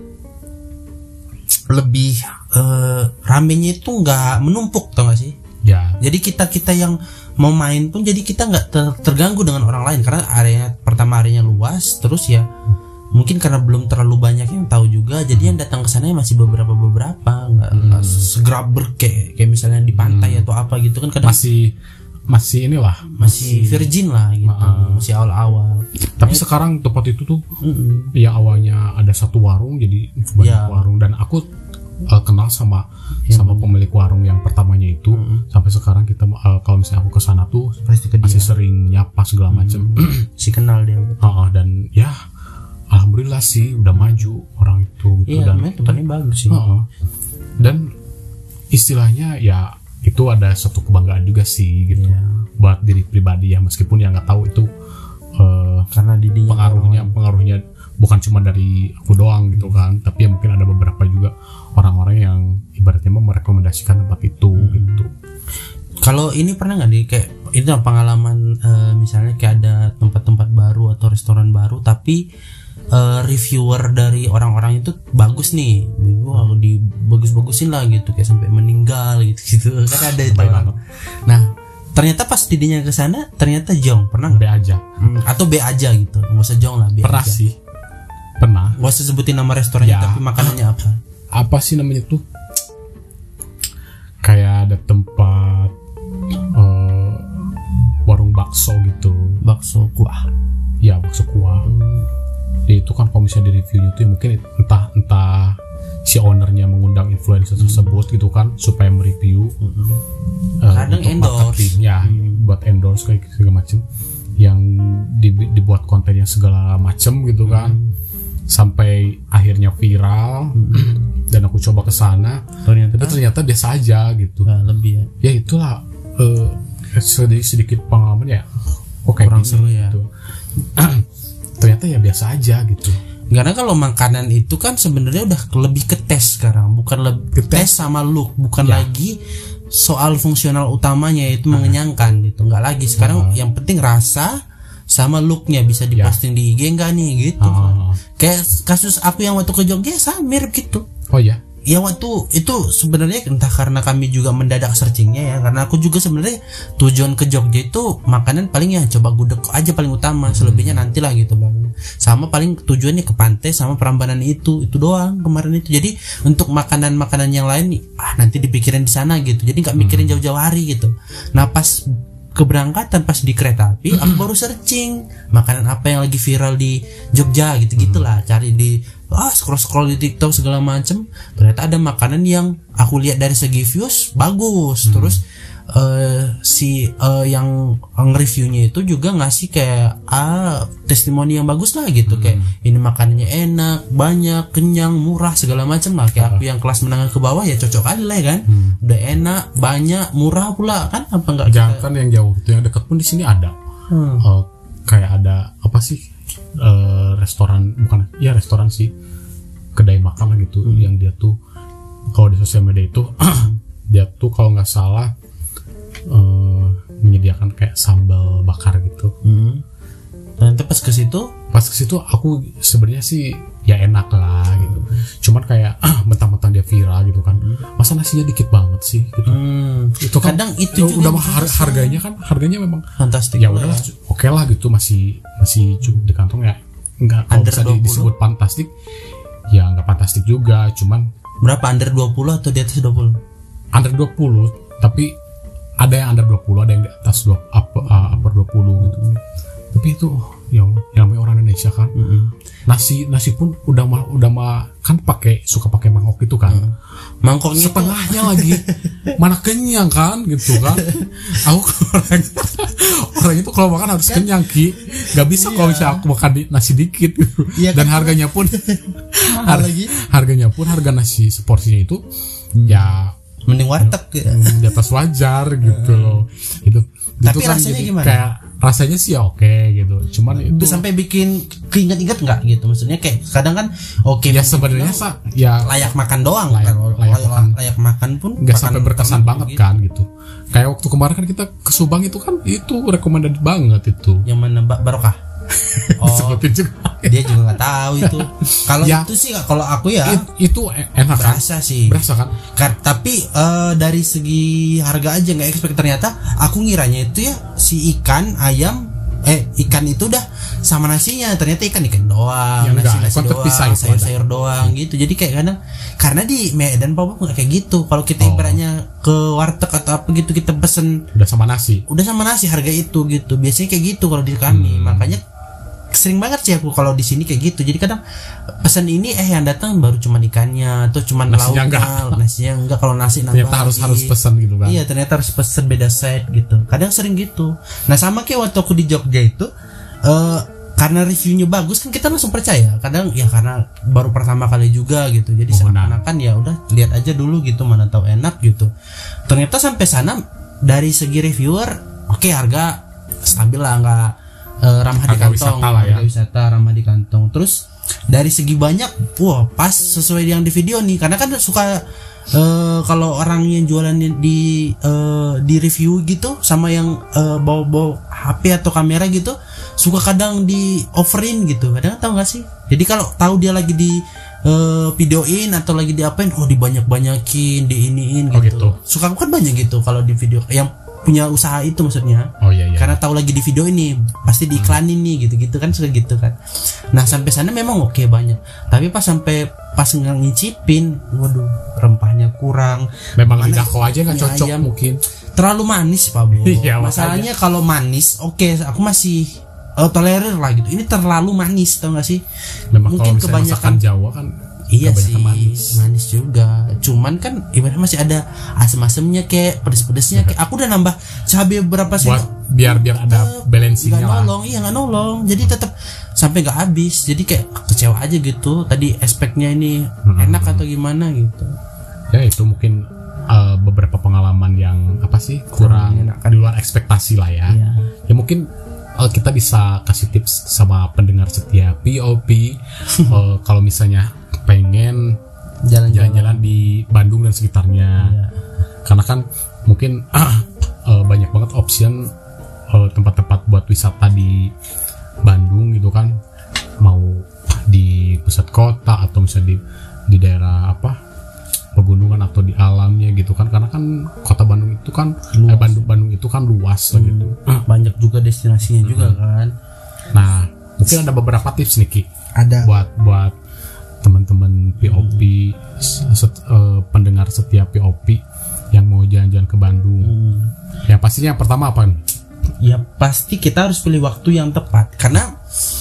Lebih uh, ramenya itu nggak menumpuk, tau gak sih? Ya. Jadi kita-kita yang mau main pun jadi kita nggak ter- terganggu dengan orang lain karena area pertama areanya luas, terus ya hmm. mungkin karena belum terlalu banyak yang tahu juga, jadi hmm. yang datang ke sana masih beberapa beberapa nggak hmm. segraber kayak kayak misalnya di pantai hmm. atau apa gitu kan, kadang masih masih inilah masih virgin lah gitu, uh, masih awal-awal. Tapi ya, sekarang tempat itu tuh mm-mm. yang awalnya ada satu warung jadi banyak ya. warung, dan aku uh, kenal sama ya, sama pemilik warung yang pertamanya itu. Mm-hmm. Sampai sekarang kita uh, kalau misalnya aku kesana tuh masih sering nyapa segala macam. Mm-hmm. Si kenal dia. Uh, dan ya alhamdulillah sih udah maju orang itu gitu. Iya, dan tempatnya bagus sih. Uh, dan istilahnya ya itu ada satu kebanggaan juga sih gitu ya. Buat diri pribadi ya, meskipun ya nggak tahu itu uh, karena didinya pengaruhnya orang. pengaruhnya bukan cuma dari aku doang gitu kan, tapi ya mungkin ada beberapa juga orang-orang yang ibaratnya mau merekomendasikan tempat itu hmm. gitu. Kalau ini pernah nggak di kayak itu pengalaman uh, misalnya kayak ada tempat-tempat baru atau restoran baru tapi uh, reviewer dari orang-orang itu bagus nih, wah di bagus-bagusin lah gitu kayak sampai meninggal gitu gitu kan ada itu orang. Nah ternyata pas didinya ke sana ternyata jong, pernah B aja hmm, atau B aja gitu, nggak usah jong lah, B pernah aja. Sih pernah, nggak usah sebutin nama restorannya ya. Tapi makanannya apa apa sih namanya tuh, kayak ada tempat uh, warung bakso gitu, bakso kuah ya bakso kuah. hmm. Ya, itu kan kalau misalnya di reviewnya tuh ya mungkin entah entah si ownernya mengundang influencer hmm. tersebut gitu kan supaya mereview, hmm. uh, kadang endorse ya hmm. buat endorse kayak segala macem yang di, dibuat kontennya segala macem gitu kan, hmm. sampai akhirnya viral. hmm. Dan aku coba ke sana ternyata tapi ternyata biasa aja gitu. Nah, lebih ya ya itulah uh, sedikit sedikit pengalaman ya oke kurang seru ya gitu. Ternyata ya biasa aja gitu. Karena kalau makanan itu kan sebenarnya udah lebih ke tes sekarang, bukan lebih tes sama look, bukan ya. Lagi soal fungsional utamanya itu uh. mengenyangkan gitu, nggak lagi sekarang. uh. Yang penting rasa sama looknya bisa diposting ya. Di I G enggak nih gitu. uh. Kayak kasus aku yang waktu ke Jogja sama mirip gitu. Oh ya. Ya waktu itu sebenarnya entah karena kami juga mendadak searchingnya ya, karena aku juga sebenarnya tujuan ke Jogja itu makanan paling ya coba gudeg aja paling utama, selebihnya hmm. nanti lah gitu bang. Sama paling tujuannya ke pantai sama Prambanan itu itu doang kemarin itu. Jadi untuk makanan-makanan yang lain ah nanti dipikirin di sana gitu. Jadi nggak mikirin hmm. jauh-jauh hari gitu. Nah pas keberangkatan pas di kereta api aku baru searching makanan apa yang lagi viral di Jogja gitu gitulah, cari di ah scroll scroll di TikTok segala macem. Ternyata ada makanan yang aku lihat dari segi views bagus. hmm. Terus uh, si uh, yang nge-reviewnya itu juga ngasih kayak ah testimoni yang bagus lah gitu. hmm. Kayak ini makanannya enak, banyak, kenyang, murah segala macem lah. Kayak aku yang kelas menengah ke bawah ya cocok kali lah ya kan. hmm. Udah enak, banyak, murah pula kan, apa enggak jangan kan yang jauh itu, yang dekat pun di sini ada. hmm. uh, kayak ada apa sih uh, restoran, bukan ya restoran sih, kedai makan lah gitu. hmm. Yang dia tuh kalau di sosial media itu dia tuh kalau nggak salah uh, menyediakan kayak sambal bakar gitu. hmm. Dan pas ke situ pas ke situ aku sebenarnya sih ya enak lah gitu. Cuman kayak ah, mentang-mentang dia viral gitu kan. Masa nasinya dikit banget sih gitu. Hmm. Itu kan kadang itu udah har harganya kan harganya memang fantastik. Ya udahlah ya. Oke okay lah gitu, masih masih cukup di kantong ya. Enggak kalau bisa di, disebut fantastik. Ya enggak fantastik juga, cuman berapa under dua puluh atau di atas dua puluh? Under dua puluh, tapi ada yang under dua puluh, ada yang di atas dua upper, uh, upper dua puluh gitu. Hmm. Tapi itu ya Allah, yang namanya orang Indonesia kan. Mm-hmm. Nasi nasi pun udah mah udah mah kan pakai suka pakai mangkok itu kan. Mm. Mangkoknya setengahnya lagi. Mana kenyang kan gitu kan. Aku orang orang itu kalau makan harus kan, kenyang Ki. Gak bisa iya. Kalau misalnya aku makan di, nasi dikit gitu. Iya, dan kan? harganya pun har, lagi. Harganya pun harga nasi seporsinya itu hmm. ya mending warteg ya. Di atas wajar gitu hmm. loh. Itu tapi gitu kan, rasanya gimana? Kayak rasanya sih oke okay, gitu. Cuman itu sampai bikin keinget-inget nggak gitu? Maksudnya kayak kadang kan oke okay, ya sebenarnya sa ya layak makan doang layak, kan. Layak, layak, makan, layak makan pun nggak sampai berkesan banget gitu. Kan gitu. Kayak waktu kemarin kan kita ke Subang itu kan itu recommended banget itu. Yang mana Barokah? Oh, sebutin juga. Dia juga nggak tahu itu. Kalau ya, itu sih kalau aku ya it, itu enak kan? Berasa sih. Berasa kan? kan tapi uh, dari segi harga aja nggak expect, ternyata aku ngiranya itu ya si ikan ayam eh ikan itu udah sama nasinya, ternyata ikan ikan doang, ya, nasi nasi doang, sayur sayur doang gitu. Jadi kayak kadang karena di Medan Papua nggak kayak gitu. Kalau kita oh. ibaratnya ke warteg atau apa gitu kita pesen udah sama nasi, udah sama nasi harga itu gitu. Biasanya kayak gitu kalau di kami. Hmm. Makanya sering banget sih aku kalau di sini kayak gitu. Jadi kadang pesan ini eh yang datang baru cuman ikannya atau cuman lauknya, enggak. Nasinya enggak. Kalau nasi nambah ternyata harus harus pesan gitu kan. Iya, ternyata harus pesan beda set gitu. Kadang sering gitu. Nah sama kayak waktu aku di Jogja itu uh, karena reviewnya bagus kan kita langsung percaya. Kadang ya karena baru pertama kali juga gitu. Jadi oh, seakan-akan ya udah lihat aja dulu gitu, mana tahu enak gitu. Ternyata sampai sana dari segi reviewer oke okay, harga stabil lah, enggak Uh, ramah harga di kantong, wisata, ya. harga wisata ramah di kantong. Terus dari segi banyak, wah pas sesuai yang di video nih. Karena kan suka uh, kalau orang yang jualan di di, uh, di review gitu sama yang uh, bawa-bawa H P atau kamera gitu suka kadang di overin gitu. Kadang tahu nggak sih? Jadi kalau tahu dia lagi di uh, videoin atau lagi diapain, oh dibanyak-banyakin, diiniin gitu. Oh, gitu. Suka kan banyak gitu kalau di video yang punya usaha itu maksudnya. Oh iya iya. Karena tahu lagi di video ini pasti diiklanin nih gitu-gitu kan, suka gitu kan. Nah sampai sana memang oke banyak, tapi pas sampai pas ngicipin, waduh rempahnya kurang. Memang lidah kau aja nggak cocok ayam, mungkin. Terlalu manis Pak Bu. Iya, masalahnya kalau manis, oke okay, aku masih uh, tolerir lah gitu. Ini terlalu manis, tau gak sih? Memang mungkin kalau misalnya masakan Jawa kan iya sih manis. manis juga, cuman kan ibaratnya masih ada asam-asamnya kayak pedes-pedesnya kayak aku udah nambah cabai berapa sih biar biar ada balancingnya lah. Nolong iya nggak nolong, jadi tetap sampai nggak habis, jadi kayak kecewa aja gitu. Tadi aspeknya ini hmm. enak atau gimana gitu ya, itu mungkin uh, beberapa pengalaman yang apa sih kurang enak, di luar ekspektasi lah ya. Iya. Ya mungkin uh, kita bisa kasih tips sama pendengar setia P O P uh, kalau misalnya pengen jalan-jalan di Bandung dan sekitarnya, ya. Karena kan mungkin uh, uh, banyak banget option uh, tempat-tempat buat wisata di Bandung gitu kan, mau di pusat kota atau misalnya di di daerah apa pegunungan atau di alamnya gitu kan, karena kan kota Bandung itu kan eh, Bandung Bandung itu kan luas hmm. gitu, banyak juga destinasinya hmm. juga kan. Nah mungkin ada beberapa tips nih Ki, ada buat buat teman-teman P O P hmm. set, uh, pendengar setia P O P yang mau jalan-jalan ke Bandung. Hmm. Yang pastinya yang pertama apa nih? Ya pasti kita harus pilih waktu yang tepat, karena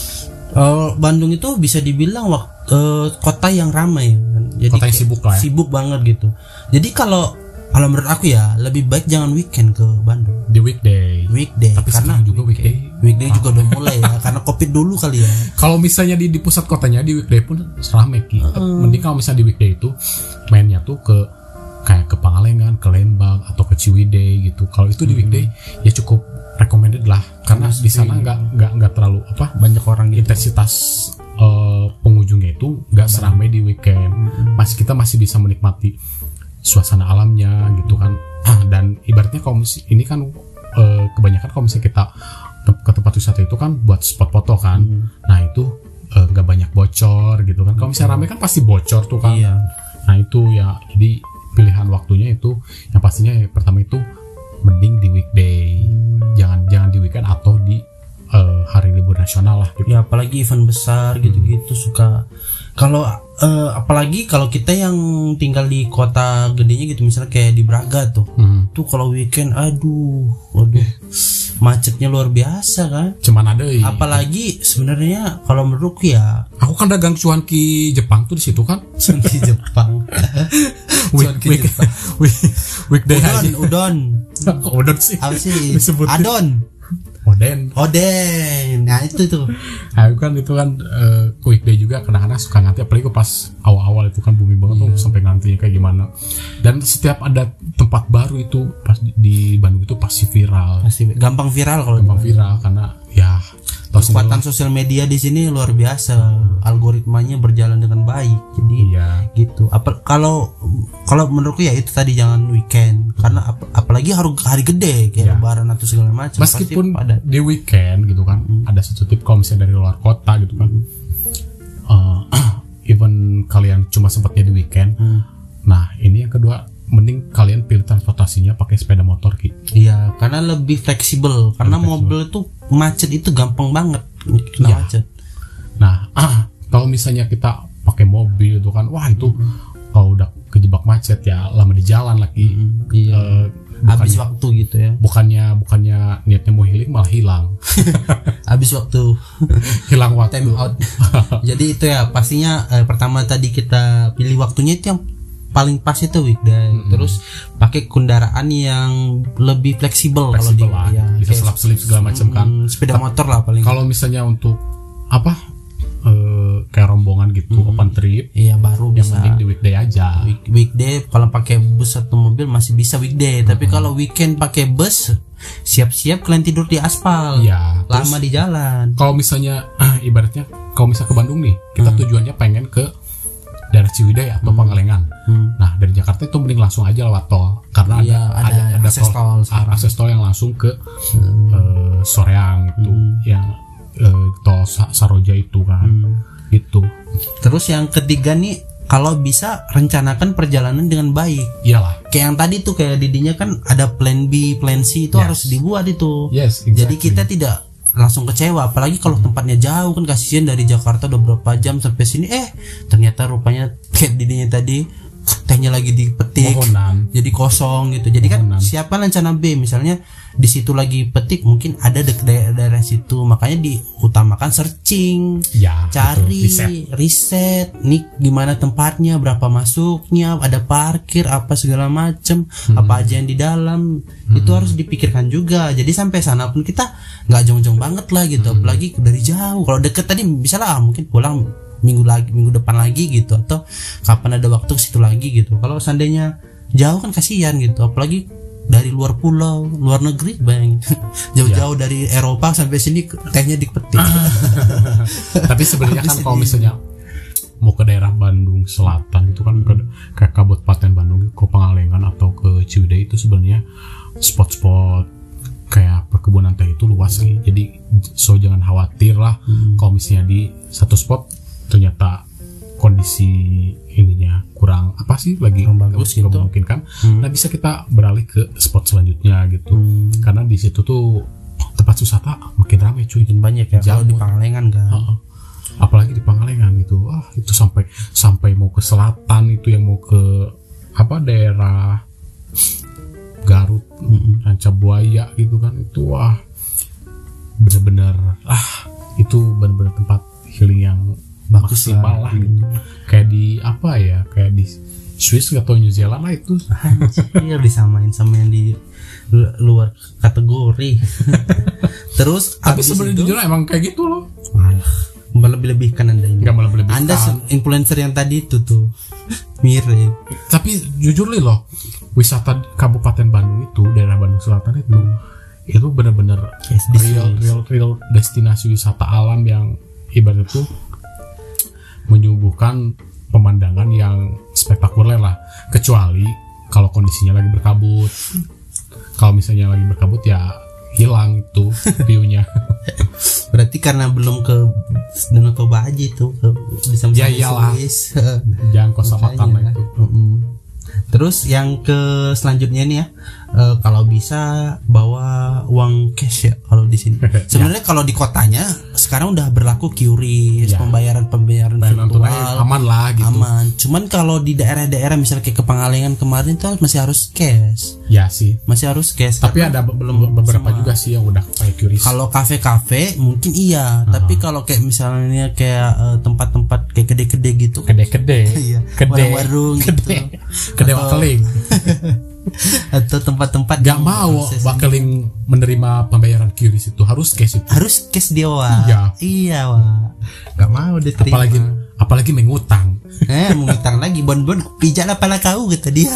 uh, Bandung itu bisa dibilang waktu, uh, kota yang ramai kan? Jadi kota yang sibuk lah ya? Sibuk banget gitu. Jadi kalau kalau menurut aku ya lebih baik jangan weekend ke Bandung. Di weekday. Weekday. Tapi karena juga weekday. Weekday juga udah mulai ya, karena Covid dulu kali ya. Kalau misalnya di, di pusat kotanya di weekday pun ramai Ki. Uh. Mending kalau misalnya di weekday itu mainnya tuh ke kayak ke Pangalengan, ke Lembang atau ke Ciwidey gitu. Kalau itu di weekday hmm. ya cukup recommended lah, karena di sana nggak nggak nggak terlalu apa banyak orang gitu. Intensitas uh, pengunjungnya itu nggak seramai di weekend. Hmm. Masih kita masih bisa menikmati suasana alamnya gitu kan. Dan ibaratnya kalau ini kan uh, kebanyakan kalau misalnya kita ke tempat wisata itu kan buat spot foto kan. Hmm. Nah itu nggak uh, banyak bocor gitu kan. Kalau misalnya ramai kan pasti bocor tuh kan. Iya. Nah itu ya, jadi pilihan waktunya itu yang pastinya yang pertama itu mending di weekday, hmm. jangan jangan di weekend atau di uh, hari libur nasional lah gitu. Ya apalagi event besar gitu-gitu hmm. suka. Kalau uh, apalagi kalau kita yang tinggal di kota gedenya gitu, misalnya kayak di Braga tuh, hmm. tuh kalau weekend, aduh, waduh, macetnya luar biasa kan. Cuman ada. Ya. Apalagi sebenarnya kalau menurutku ya, aku kan dagang cuanki Jepang tuh di situ kan. Cuanki Jepang. Cuanki week, Jepang. Week, weekday udon, aja. Udon. Udon sih. Apa sih? Adon. Oden. Oden. Nah itu tuh. Nah, kan itu kan uh, weekday juga kadang-kadang suka nganti, apalagi pas awal-awal itu kan booming banget yeah. tuh sampai ngantinya kayak gimana. Dan setiap ada tempat baru itu pas di, di Bandung itu pasti viral. Pasti gampang viral kalau gampang viral karena ya kekuatan sosial media di sini luar biasa. Algoritmanya berjalan dengan baik. Jadi iya. gitu. Apa kalau kalau menurutku ya itu tadi jangan weekend, karena ap, apalagi hari hari gede kayak iya. Lebaran atau segala macam. Meskipun di weekend gitu kan, hmm. ada satu tip kalau misalnya dari luar kota gitu kan. Hmm. Uh, even kalian cuma sempatnya di weekend. Hmm. Nah, ini yang kedua, mending kalian pilih transportasinya pakai sepeda motor Ki. Iya, karena lebih fleksibel. Karena lebih mobil fleksibel. Tuh macet itu gampang banget kena ya. Macet. Nah, ah, kalau misalnya kita pakai mobil itu kan, wah itu mm-hmm. kalau udah kejebak macet ya lama di jalan lagi. Mm-hmm. Iya. Uh, habis waktu gitu ya. Bukannya bukannya niatnya mau healing malah hilang. Habis waktu. Hilang waktu. Time out. Jadi itu ya pastinya eh, pertama tadi kita pilih waktunya itu yang paling pas itu weekday. Mm-hmm. Terus pakai kendaraan yang lebih fleksibel kalau di ya, bisa selap-selip segala macam kan. Sepeda motor lah paling. Kalau misalnya untuk apa uh, kayak rombongan gitu, mm-hmm. open trip, iya baru yang bisa. Mending di weekday aja. Week, weekday kalau pakai bus atau mobil masih bisa weekday, mm-hmm. tapi kalau weekend pakai bus siap-siap kalian tidur di aspal. Ya, lama di jalan. Kalau misalnya uh, ibaratnya kalau misalnya ke Bandung nih, kita mm. tujuannya pengen ke daerah Ciwidey atau Hmm. Pangalengan. Hmm. Nah dari Jakarta itu mending langsung aja lewat tol karena Iya, ada ada ada, ada akses tol sekarang. akses tol yang langsung ke Hmm. eh, Soreang itu Hmm. yang eh, tol Sa- Saroja itu kan. Hmm. Itu Terus yang ketiga nih, kalau bisa rencanakan perjalanan dengan baik. iyalah. Kayak yang tadi tuh, kayak didinya kan ada plan B, plan C itu Yes. harus dibuat itu. Yes, Jadi exactly. kita tidak langsung kecewa, apalagi kalau tempatnya jauh kan, kasihan dari Jakarta udah berapa jam sampai sini, eh ternyata rupanya kayak didinya tadi tehnya lagi dipetik, Mohonan. jadi kosong gitu. Jadi kan Mohonan. siapa rencana B, misalnya di situ lagi petik, mungkin ada de- daerah, daerah situ, makanya diutamakan searching, Ya, cari betul. Riset. riset nih gimana tempatnya, berapa masuknya, ada parkir apa segala macem, apa aja yang di dalam, itu harus dipikirkan juga. Jadi sampai sana pun kita nggak jauh-jauh banget lah gitu, apalagi dari jauh. Kalau deket tadi bisa lah mungkin pulang minggu lagi, minggu depan lagi gitu, atau kapan ada waktu ke situ lagi gitu. Kalau seandainya jauh kan kasihan gitu, apalagi dari luar pulau, luar negeri, bayangin jauh-jauh dari Eropa sampai sini tehnya dipetik. Tapi sebenarnya kan Habis kalau ini. misalnya mau ke daerah Bandung Selatan itu kan ke kayak Kabupaten Bandung ke Pangalengan atau ke Ciwidey itu sebenarnya spot-spot kayak perkebunan teh itu luas sih. Jadi so jangan khawatir lah kalau misalnya di satu spot ternyata kondisi ininya kurang apa sih lagi Kurang bagus kurang gitu. memungkinkan. Hmm. Nah bisa kita beralih ke spot selanjutnya gitu. Hmm. Karena di situ tuh tempat wisata makin ramai cuy. Makin banyak ya kalau di Jamur. Pangalengan kan. Heeh. Apalagi di Pangalengan gitu, ah itu sampai sampai mau ke selatan itu yang mau ke apa daerah Garut, Ranca Buaya gitu kan, itu wah bener-bener ah itu bener-bener tempat healing yang Bagus maksimal lah. lah gitu. Kayak di apa ya, kayak di Swiss atau New Zealand lah itu. Anjir, disamain sama yang di lu- luar kategori. Terus Tapi abis sebenarnya itu, jujur emang kayak gitu loh. Alah, melebih-lebihkan Anda ini. Nggak melebih-lebihkan. Anda se- influencer yang tadi itu tuh mirip. Tapi jujur li loh, wisata di Kabupaten Bandung itu, daerah Bandung Selatan itu, itu bener-bener Yes, this real, is- real, real destinasi wisata alam yang ibarat itu menyuguhkan pemandangan yang spektakuler lah. Kecuali kalau kondisinya lagi berkabut. Kalau misalnya lagi berkabut ya hilang itu view-nya. Berarti karena belum ke Danau Toba aja itu ke bisa Ya iyalah. Jangan kosa-kosa lah itu. Terus yang ke selanjutnya nih ya, eh, kalau bisa bawa uang cash ya kalau di sini. Sebenarnya kalau di kotanya sekarang udah berlaku Q R I S, Ya. pembayaran pembayaran Bayaran tunai virtual, aman lah gitu. aman. Cuman kalau di daerah-daerah misalnya kayak ke Pangalengan kemarin tuh masih harus cash, Ya sih. masih harus cash. Tapi Karena ada be- belum beberapa juga sih yang udah pakai Q R I S. kalau kafe-kafe mungkin iya, tapi kalau kayak misalnya kayak eh, tempat-tempat kayak gede-gede gitu, Kede-kede. Iya, Kede. warung-warung gitu. Kede. Kede Atau- Wakeling. atau tempat-tempat Gak yang mau akses- Wakeling menerima pembayaran Q R I S itu, harus cash itu. harus cash dia wah. Iya. Iya wah. Gak mau diterima. Apalagi apalagi mengutang. eh mengutang lagi bon-bon pijak lah pala kau kata dia.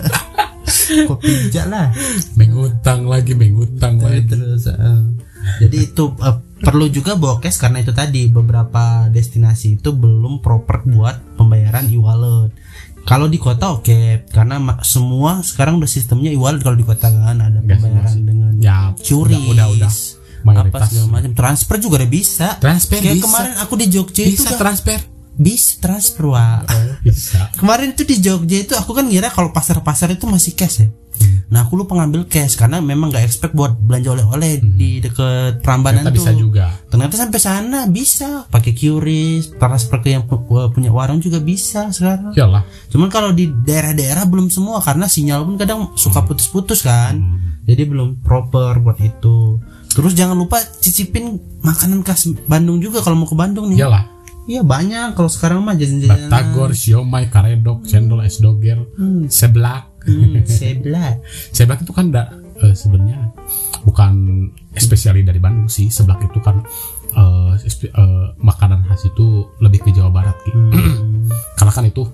Kok pijak lah. Mengutang lagi, mengutang Terus, lagi. terus eh. Jadi itu eh, perlu juga bawa cash karena itu tadi beberapa destinasi itu belum proper buat pembayaran e-wallet. Kalau di kota oke, karena ma- semua sekarang udah sistemnya e-wallet. Kalau di kota kan ada Enggak, pembayaran semua sih. dengan Ya, curi, udah, udah, udah. apa Mayoritas. segala macam. Transfer juga udah bisa. Transfer Kayak bisa. kemarin aku di Jogja itu Bisa udah transfer. bisa transfer wah. Bisa. Kemarin itu di Jogja itu aku kan ngira kalau pasar-pasar itu masih cash ya. Nah aku lupa ngambil cash karena memang nggak expect buat belanja oleh-oleh di deket Prambanan Ternyata tuh. bisa juga. Ternyata sampai sana bisa pakai Q R I S, transfer ke yang pu- punya warung juga bisa sekarang. Iyalah. Cuman kalau di daerah-daerah belum semua karena sinyal pun kadang suka putus-putus kan. Jadi belum proper buat itu. Terus jangan lupa cicipin makanan khas Bandung juga kalau mau ke Bandung nih. Iyalah. Iya banyak kalau sekarang mah jajan-jajanan. Batagor, siomay, karedok, cendol, es doger, seblak. Hmm, sebelah. Seblak itu kan da, eh, sebenarnya bukan spesiali dari Bandung sih. Seblak itu kan eh, espe- eh, makanan khas itu lebih ke Jawa Barat gitu. Hmm. Karena kan itu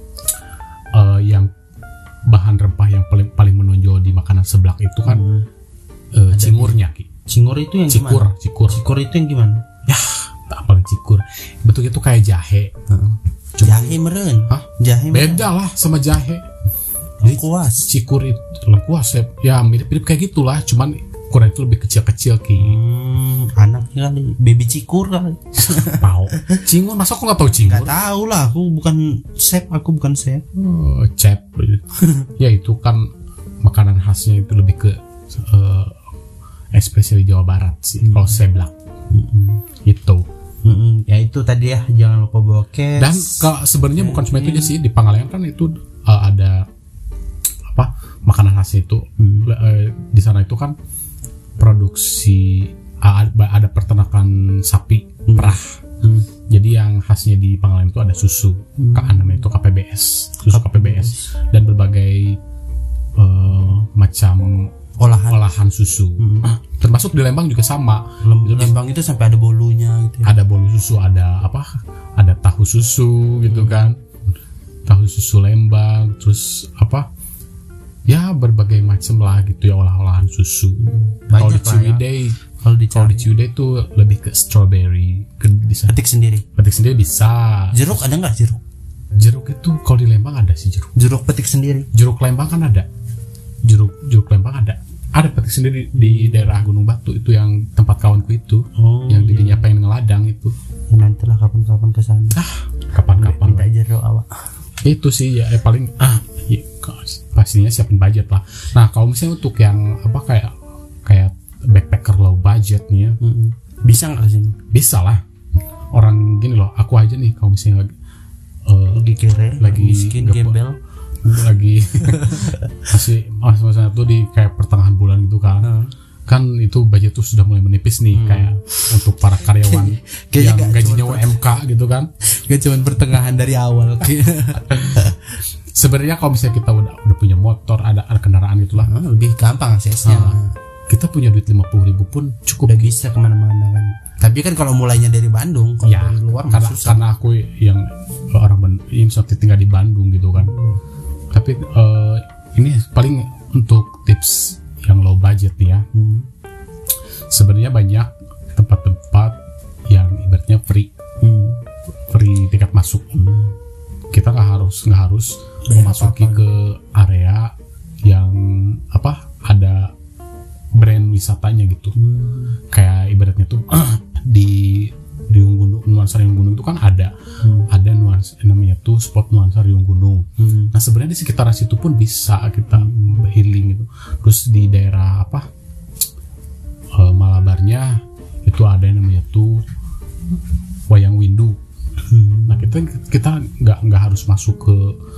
eh, yang bahan rempah yang paling paling menonjol di makanan seblak itu kan eh, cingurnya Ki. Cingur itu yang Cikur, gimana? cikur. Cikur itu yang gimana? Ya, tak paling cikur. Bentuknya itu kayak jahe. Cuma Jahe. jahe meren. Hah? Jahe beda lah sama jahe. Lengkuas. Cikur itu lengkuas ya, ya mirip-mirip kayak gitulah, cuman ukuran itu lebih kecil-kecil Ki. Hmm, anaknya kali, baby cikur kali. Tahu. Cingur, masa aku nggak tahu cingur? Nggak tahu lah, aku bukan chef, aku bukan chef. Oh, cep. Ya itu kan makanan khasnya itu lebih ke uh, ekspresi di Jawa Barat sih. Hmm. Kalau seblak hmm. itu. Hmm, ya itu tadi ya, jangan lupa bawa cash. Dan kalau sebenarnya bukan cuma itu aja sih, di Pangalengan kan itu uh, ada apa makanan khasnya itu. Hmm. Uh, di sana itu kan produksi ada, ada peternakan sapi hmm. perah. Hmm. Jadi yang khasnya di Pangalengan itu ada susu, hmm. namanya itu K P B S, susu K P B S dan berbagai uh, macam olahan olahan susu. Hmm. Termasuk di Lembang juga sama. Lembang, Lembang itu sampai ada bolunya gitu. Ya? Ada bolu susu, ada apa? Ada tahu susu gitu kan. Tahu susu Lembang, terus apa? Ya berbagai macam lah gitu ya olah-olahan susu. Hmm. Kalau di Ciwidey, ya. Kalau di kalau di Ciwidey itu lebih ke strawberry. Ke, bisa. Petik sendiri. Petik sendiri bisa. Jeruk ada nggak jeruk? Jeruk itu kalau di Lembang ada sih jeruk. Jeruk petik sendiri. Jeruk Lembang kan ada. Jeruk jeruk Lembang ada. Ada petik sendiri di daerah Gunung Batu itu yang tempat kawanku itu, oh, yang dirinya iya. pengen ngeladang itu. Ya, nantilah kapan-kapan ke sana. Ah, kapan-kapan. Minta jeruk awak. Itu sih ya eh, paling ah ya, pastinya siapin budget lah. Nah kalau misalnya untuk yang apa kayak kayak backpacker low budget nih ya, mm-hmm. bisa nggak sih? Bisa lah. Orang gini loh, aku aja nih kalau misalnya lagi uh, lagi kere, lagi miskin, gembel, lagi masih masa-masa tuh di kayak pertengahan bulan gitu kan. Hmm. Kan itu budget tuh sudah mulai menipis nih, hmm. kayak untuk para karyawan yang gajinya U M K gitu kan. Gak cuma pertengahan dari awal. Sebenarnya kalau misalnya kita udah udah punya motor, ada, ada kendaraan gitulah, hmm, lebih gampang aksesnya. Nah, kita punya duit lima puluh ribu pun cukup. Udah bisa kemana-mana kan. Tapi kan kalau mulainya dari Bandung, kalau ya, dari luar karena, karena aku yang orang Bandung, ini tinggal di Bandung gitu kan. Hmm. Tapi uh, ini paling untuk tips yang low budget nih ya. Hmm. Sebenarnya banyak tempat-tempat yang ibaratnya free, hmm. free tiket masuk. Hmm. Kita nggak harus nggak harus memasuki ke area yang apa ada brand wisatanya gitu. Hmm. Kayak ibaratnya tuh di di Gunung, nuansa Riung Gunung itu kan ada hmm. ada nuansa namanya tuh spot nuansa Riung Gunung. Hmm. Nah sebenarnya di sekitaran situ pun bisa kita hmm. healing gitu. Terus di daerah apa uh, Malabarnya itu ada yang namanya tuh Wayang Windu. Hmm. Nah kita kita nggak nggak harus masuk ke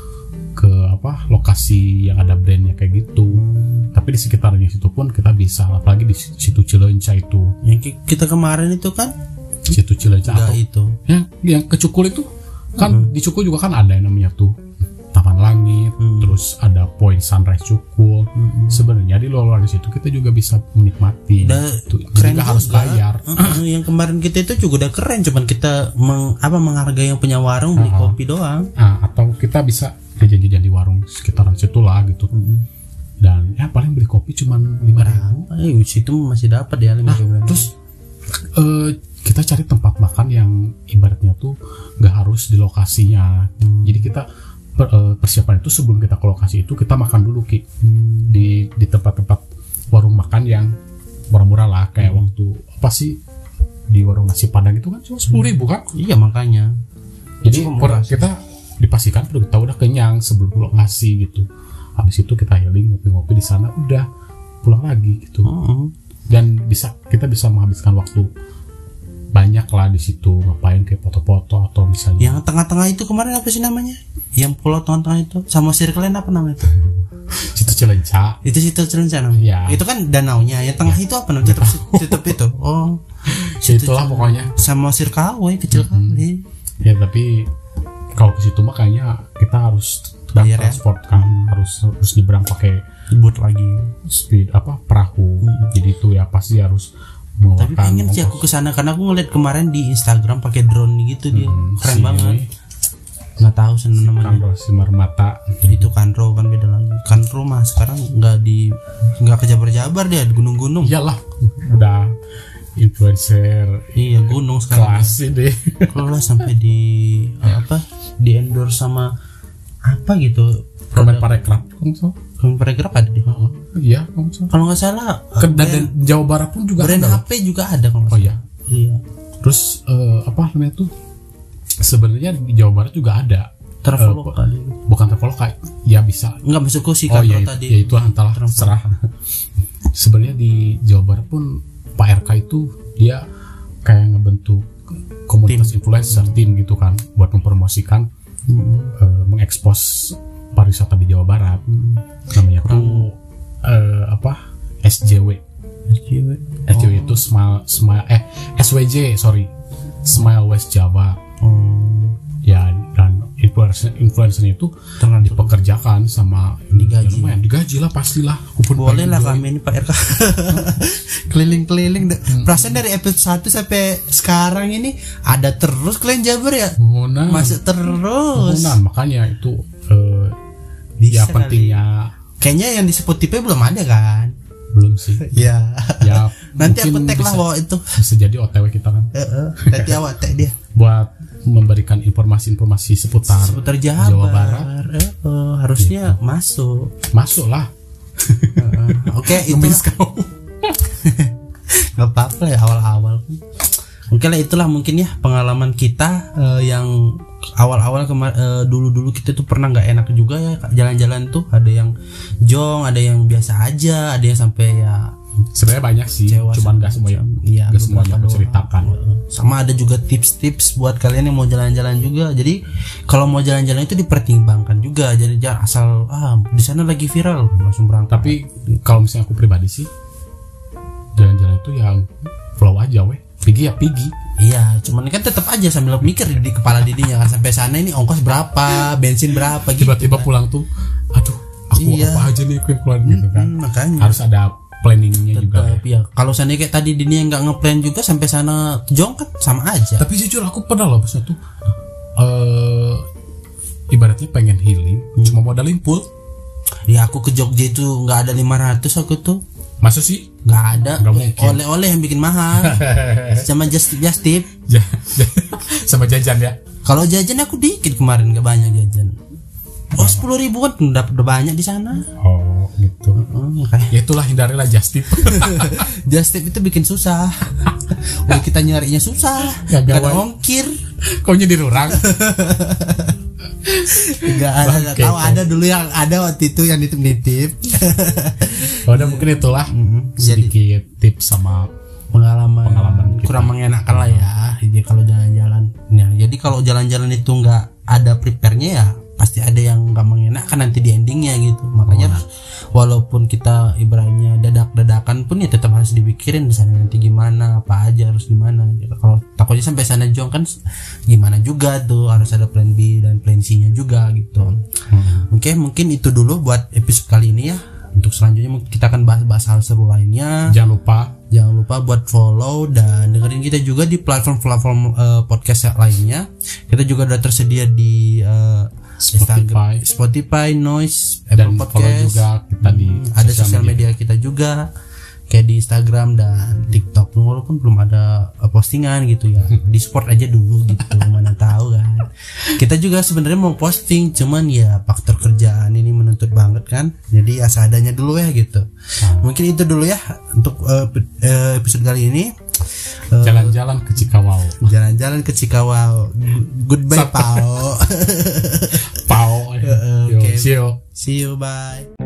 ke apa lokasi yang ada brandnya kayak gitu. Hmm. Tapi di sekitarnya situ pun kita bisa, apalagi di situ Cileunca itu. Yang kita kemarin itu kan situ Cileunca atau itu yang yang ke Cukul itu kan hmm. di Cukul juga kan ada yang namanya tuh Taman Langit, hmm. terus ada Point Sunrise Cukul. Hmm. Sebenarnya di luar dari situ kita juga bisa menikmati. Tuh, keren juga harus bayar. Uh, yang kemarin kita itu juga udah keren, cuman kita meng, apa menghargai yang punya warung beli uh, kopi doang. Nah, atau kita bisa jajan-jajan di warung sekitaran situ lah gitu. Hmm. Dan ya paling beli kopi cuman lima ribu. Eh, situ masih dapat ya lima ribu. Nah, terus uh, kita cari tempat makan yang ibaratnya tuh nggak harus di lokasinya. Hmm. Jadi kita per, uh, persiapan itu sebelum kita ke lokasi itu kita makan dulu Ki. Hmm. di di tempat-tempat warung makan yang murah-murah lah kayak hmm. waktu apa sih di warung nasi Padang itu kan cuma sepuluh ribu kan? Iya makanya. Jadi per, kita dipastikan perlu kita udah kenyang sebelum lokasi gitu. Habis itu kita healing ngopi-ngopi di sana udah pulang lagi gitu. Hmm. Dan bisa kita bisa menghabiskan waktu banyak lah di situ, ngapain kayak foto-foto atau misalnya yang tengah-tengah itu kemarin apa sih namanya, yang pulau tengah-tengah itu sama circle apa namanya itu? Situ Cileunca. Itu situ Cileunca namanya ya. Itu kan danaunya, yang tengah ya. Itu apa namanya? Tutup itu oh itulah pokoknya sama Sirkawe kecil mm-hmm. kali ya. Tapi kalau ke situ makanya kita harus bayar transport ya? Kan hmm. harus harus nyebrang pakai boot lagi speed apa perahu. Hmm. Jadi itu ya pasti harus mengeluarkan. Tapi pengen sih aku kesana karena aku ngeliat kemarin di Instagram pakai drone gitu dia hmm, keren si banget. Nggak tahu sana namanya. Kanro Sinar Mata. Itu Kanro kan beda lagi. Kanro mah sekarang nggak di nggak kejabar-jabar dia di gunung-gunung. Iyalah udah influencer. Iya gunung sekarang. Kelas deh. Kelas sampai di apa di endorse sama apa gitu. Kemenparekraf. Kemenparekraf ada deh. Oh, iya, kalau nggak salah. Ke, dan Jawa Barat pun juga brand ada. H P juga ada kalau nggak salah. Oh iya. Iya. Terus uh, apa namanya tuh? Sebenarnya di Jawa Barat juga ada. Traveloka. Uh, bukan Traveloka, ya bisa. Enggak masuk sih kan oh, ya, tadi. Ya itu antara serah. Sebenarnya di Jawa Barat pun Pak R K itu dia kayak ngebentuk komunitas tim. Influencer tim gitu kan buat mempromosikan hmm. uh, mengekspos pariwisata di Jawa Barat. Hmm. Namanya Kurang. tuh uh, apa? S J W. S J W. S J W oh. itu Smile Smile eh S W J, sorry. Smile West Java. Oh. Ya, dan influencer influencer itu terang dipekerjakan sama digaji. Ya, digaji lah pastilah. Boleh lah kami ini Pak R K. Keliling-keliling. Hmm. Perasaan dari episode satu sampai sekarang ini ada terus kalian Jabar ya? Nah, masuk terus. Nah, makanya itu uh, ya pentingnya. Kayaknya yang di Spotify belum ada kan? Belum sih. Ya. Ya. Nanti aku tag lah bahwa itu. Bisa jadi O T W kita kan. Heeh. Nanti awak tag dia. Buat memberikan informasi-informasi seputar, seputar Jabar, Jawa Barat. Uh, harusnya gitu. Masuk. Masuk lah. uh, Oke, okay, itu nggak apa-apa ya awal-awal. Oke okay lah, itulah mungkin ya pengalaman kita uh, yang awal-awal kemar- uh, dulu-dulu kita tuh pernah nggak enak juga ya jalan-jalan tuh. Ada yang jong, ada yang biasa aja, ada yang sampai ya. Sebenarnya banyak sih, Cewa cuman gak semuanya, ya, gak semuanya aku ceritakan. Sama ada juga tips-tips buat kalian yang mau jalan-jalan juga. Jadi kalau mau jalan-jalan itu dipertimbangkan juga. Jadi jangan asal ah di sana lagi viral langsung berangkat. Tapi kalau misalnya aku pribadi sih jalan-jalan itu yang flow aja weh. Pigi ya pigi. Iya, cuman kan tetap aja sambil mikir di kepala dirinya kan sampai sana ini ongkos berapa, bensin berapa gitu. Tiba-tiba kan. Pulang tuh, aduh, aku iya. apa aja nih aku yang keluar gitu kan. Hmm, makanya harus ada planningnya juga ya. ya. Kalau sana kayak tadi Dini yang nggak ngeplan juga sampai sana jong kan sama aja. Tapi jujur aku pernah loh pas itu uh, ibaratnya pengen healing, hmm. cuma modalin pool. Ya aku ke Jogja itu nggak ada lima ratus aku tuh. Masa sih? Nggak ada. Nggak mungkin. Oleh-oleh yang bikin mahal. Sama just tip, just tip. Sama jajan ya. Kalau jajan aku dikit kemarin, nggak banyak jajan. Oh sepuluh ribuan udah, udah banyak di sana. Oh gitu. Oh, okay. Ya itulah hindarilah just tip. Just tip itu bikin susah. Udah kita nyarinya susah. Gak ada ongkir. Kau nyindir orang. Gak ada. Gak tahu ada dulu yang ada waktu itu yang nitip-nitip. Oh, udah mungkin itulah mm-hmm. sedikit jadi, tips sama pengalaman, pengalaman kurang mengenakan lah ya. Jadi kalau jalan-jalan. Nah, jadi kalau jalan-jalan itu nggak ada prepare-nya ya pasti ada yang nggak mengenakan nanti di endingnya gitu. Makanya oh. walaupun kita ibaratnya dadak-dadakan pun ya tetap harus dipikirin di sana nanti gimana, apa aja harus gimana. Gitu. Kalau takutnya sampai sana jong kan gimana juga tuh, harus ada plan B dan plan C-nya juga gitu. Hmm. Oke, mungkin itu dulu buat episode kali ini ya. Untuk selanjutnya kita akan bahas-bahas hal seru lainnya. Jangan lupa Jangan lupa buat follow dan dengerin kita juga di platform-platform uh, podcast lainnya. Kita juga udah tersedia di uh, Spotify, Instagram, Spotify, Noise, dan Apple Podcast. Follow juga kita di hmm, ada sosial media. media kita juga kayak di Instagram dan TikTok. Walaupun belum ada postingan gitu ya, di support aja dulu gitu. Mana tahu kan. Kita juga sebenarnya mau posting, cuman ya faktor kerjaan ini menuntut banget kan. Jadi ya seadanya dulu ya gitu. Hmm. Mungkin itu dulu ya untuk uh, episode kali ini. Jalan-jalan ke Cikawau. Jalan-jalan ke Cikawau. Goodbye, Pao. Pao. uh, okay. See you. See you. Bye.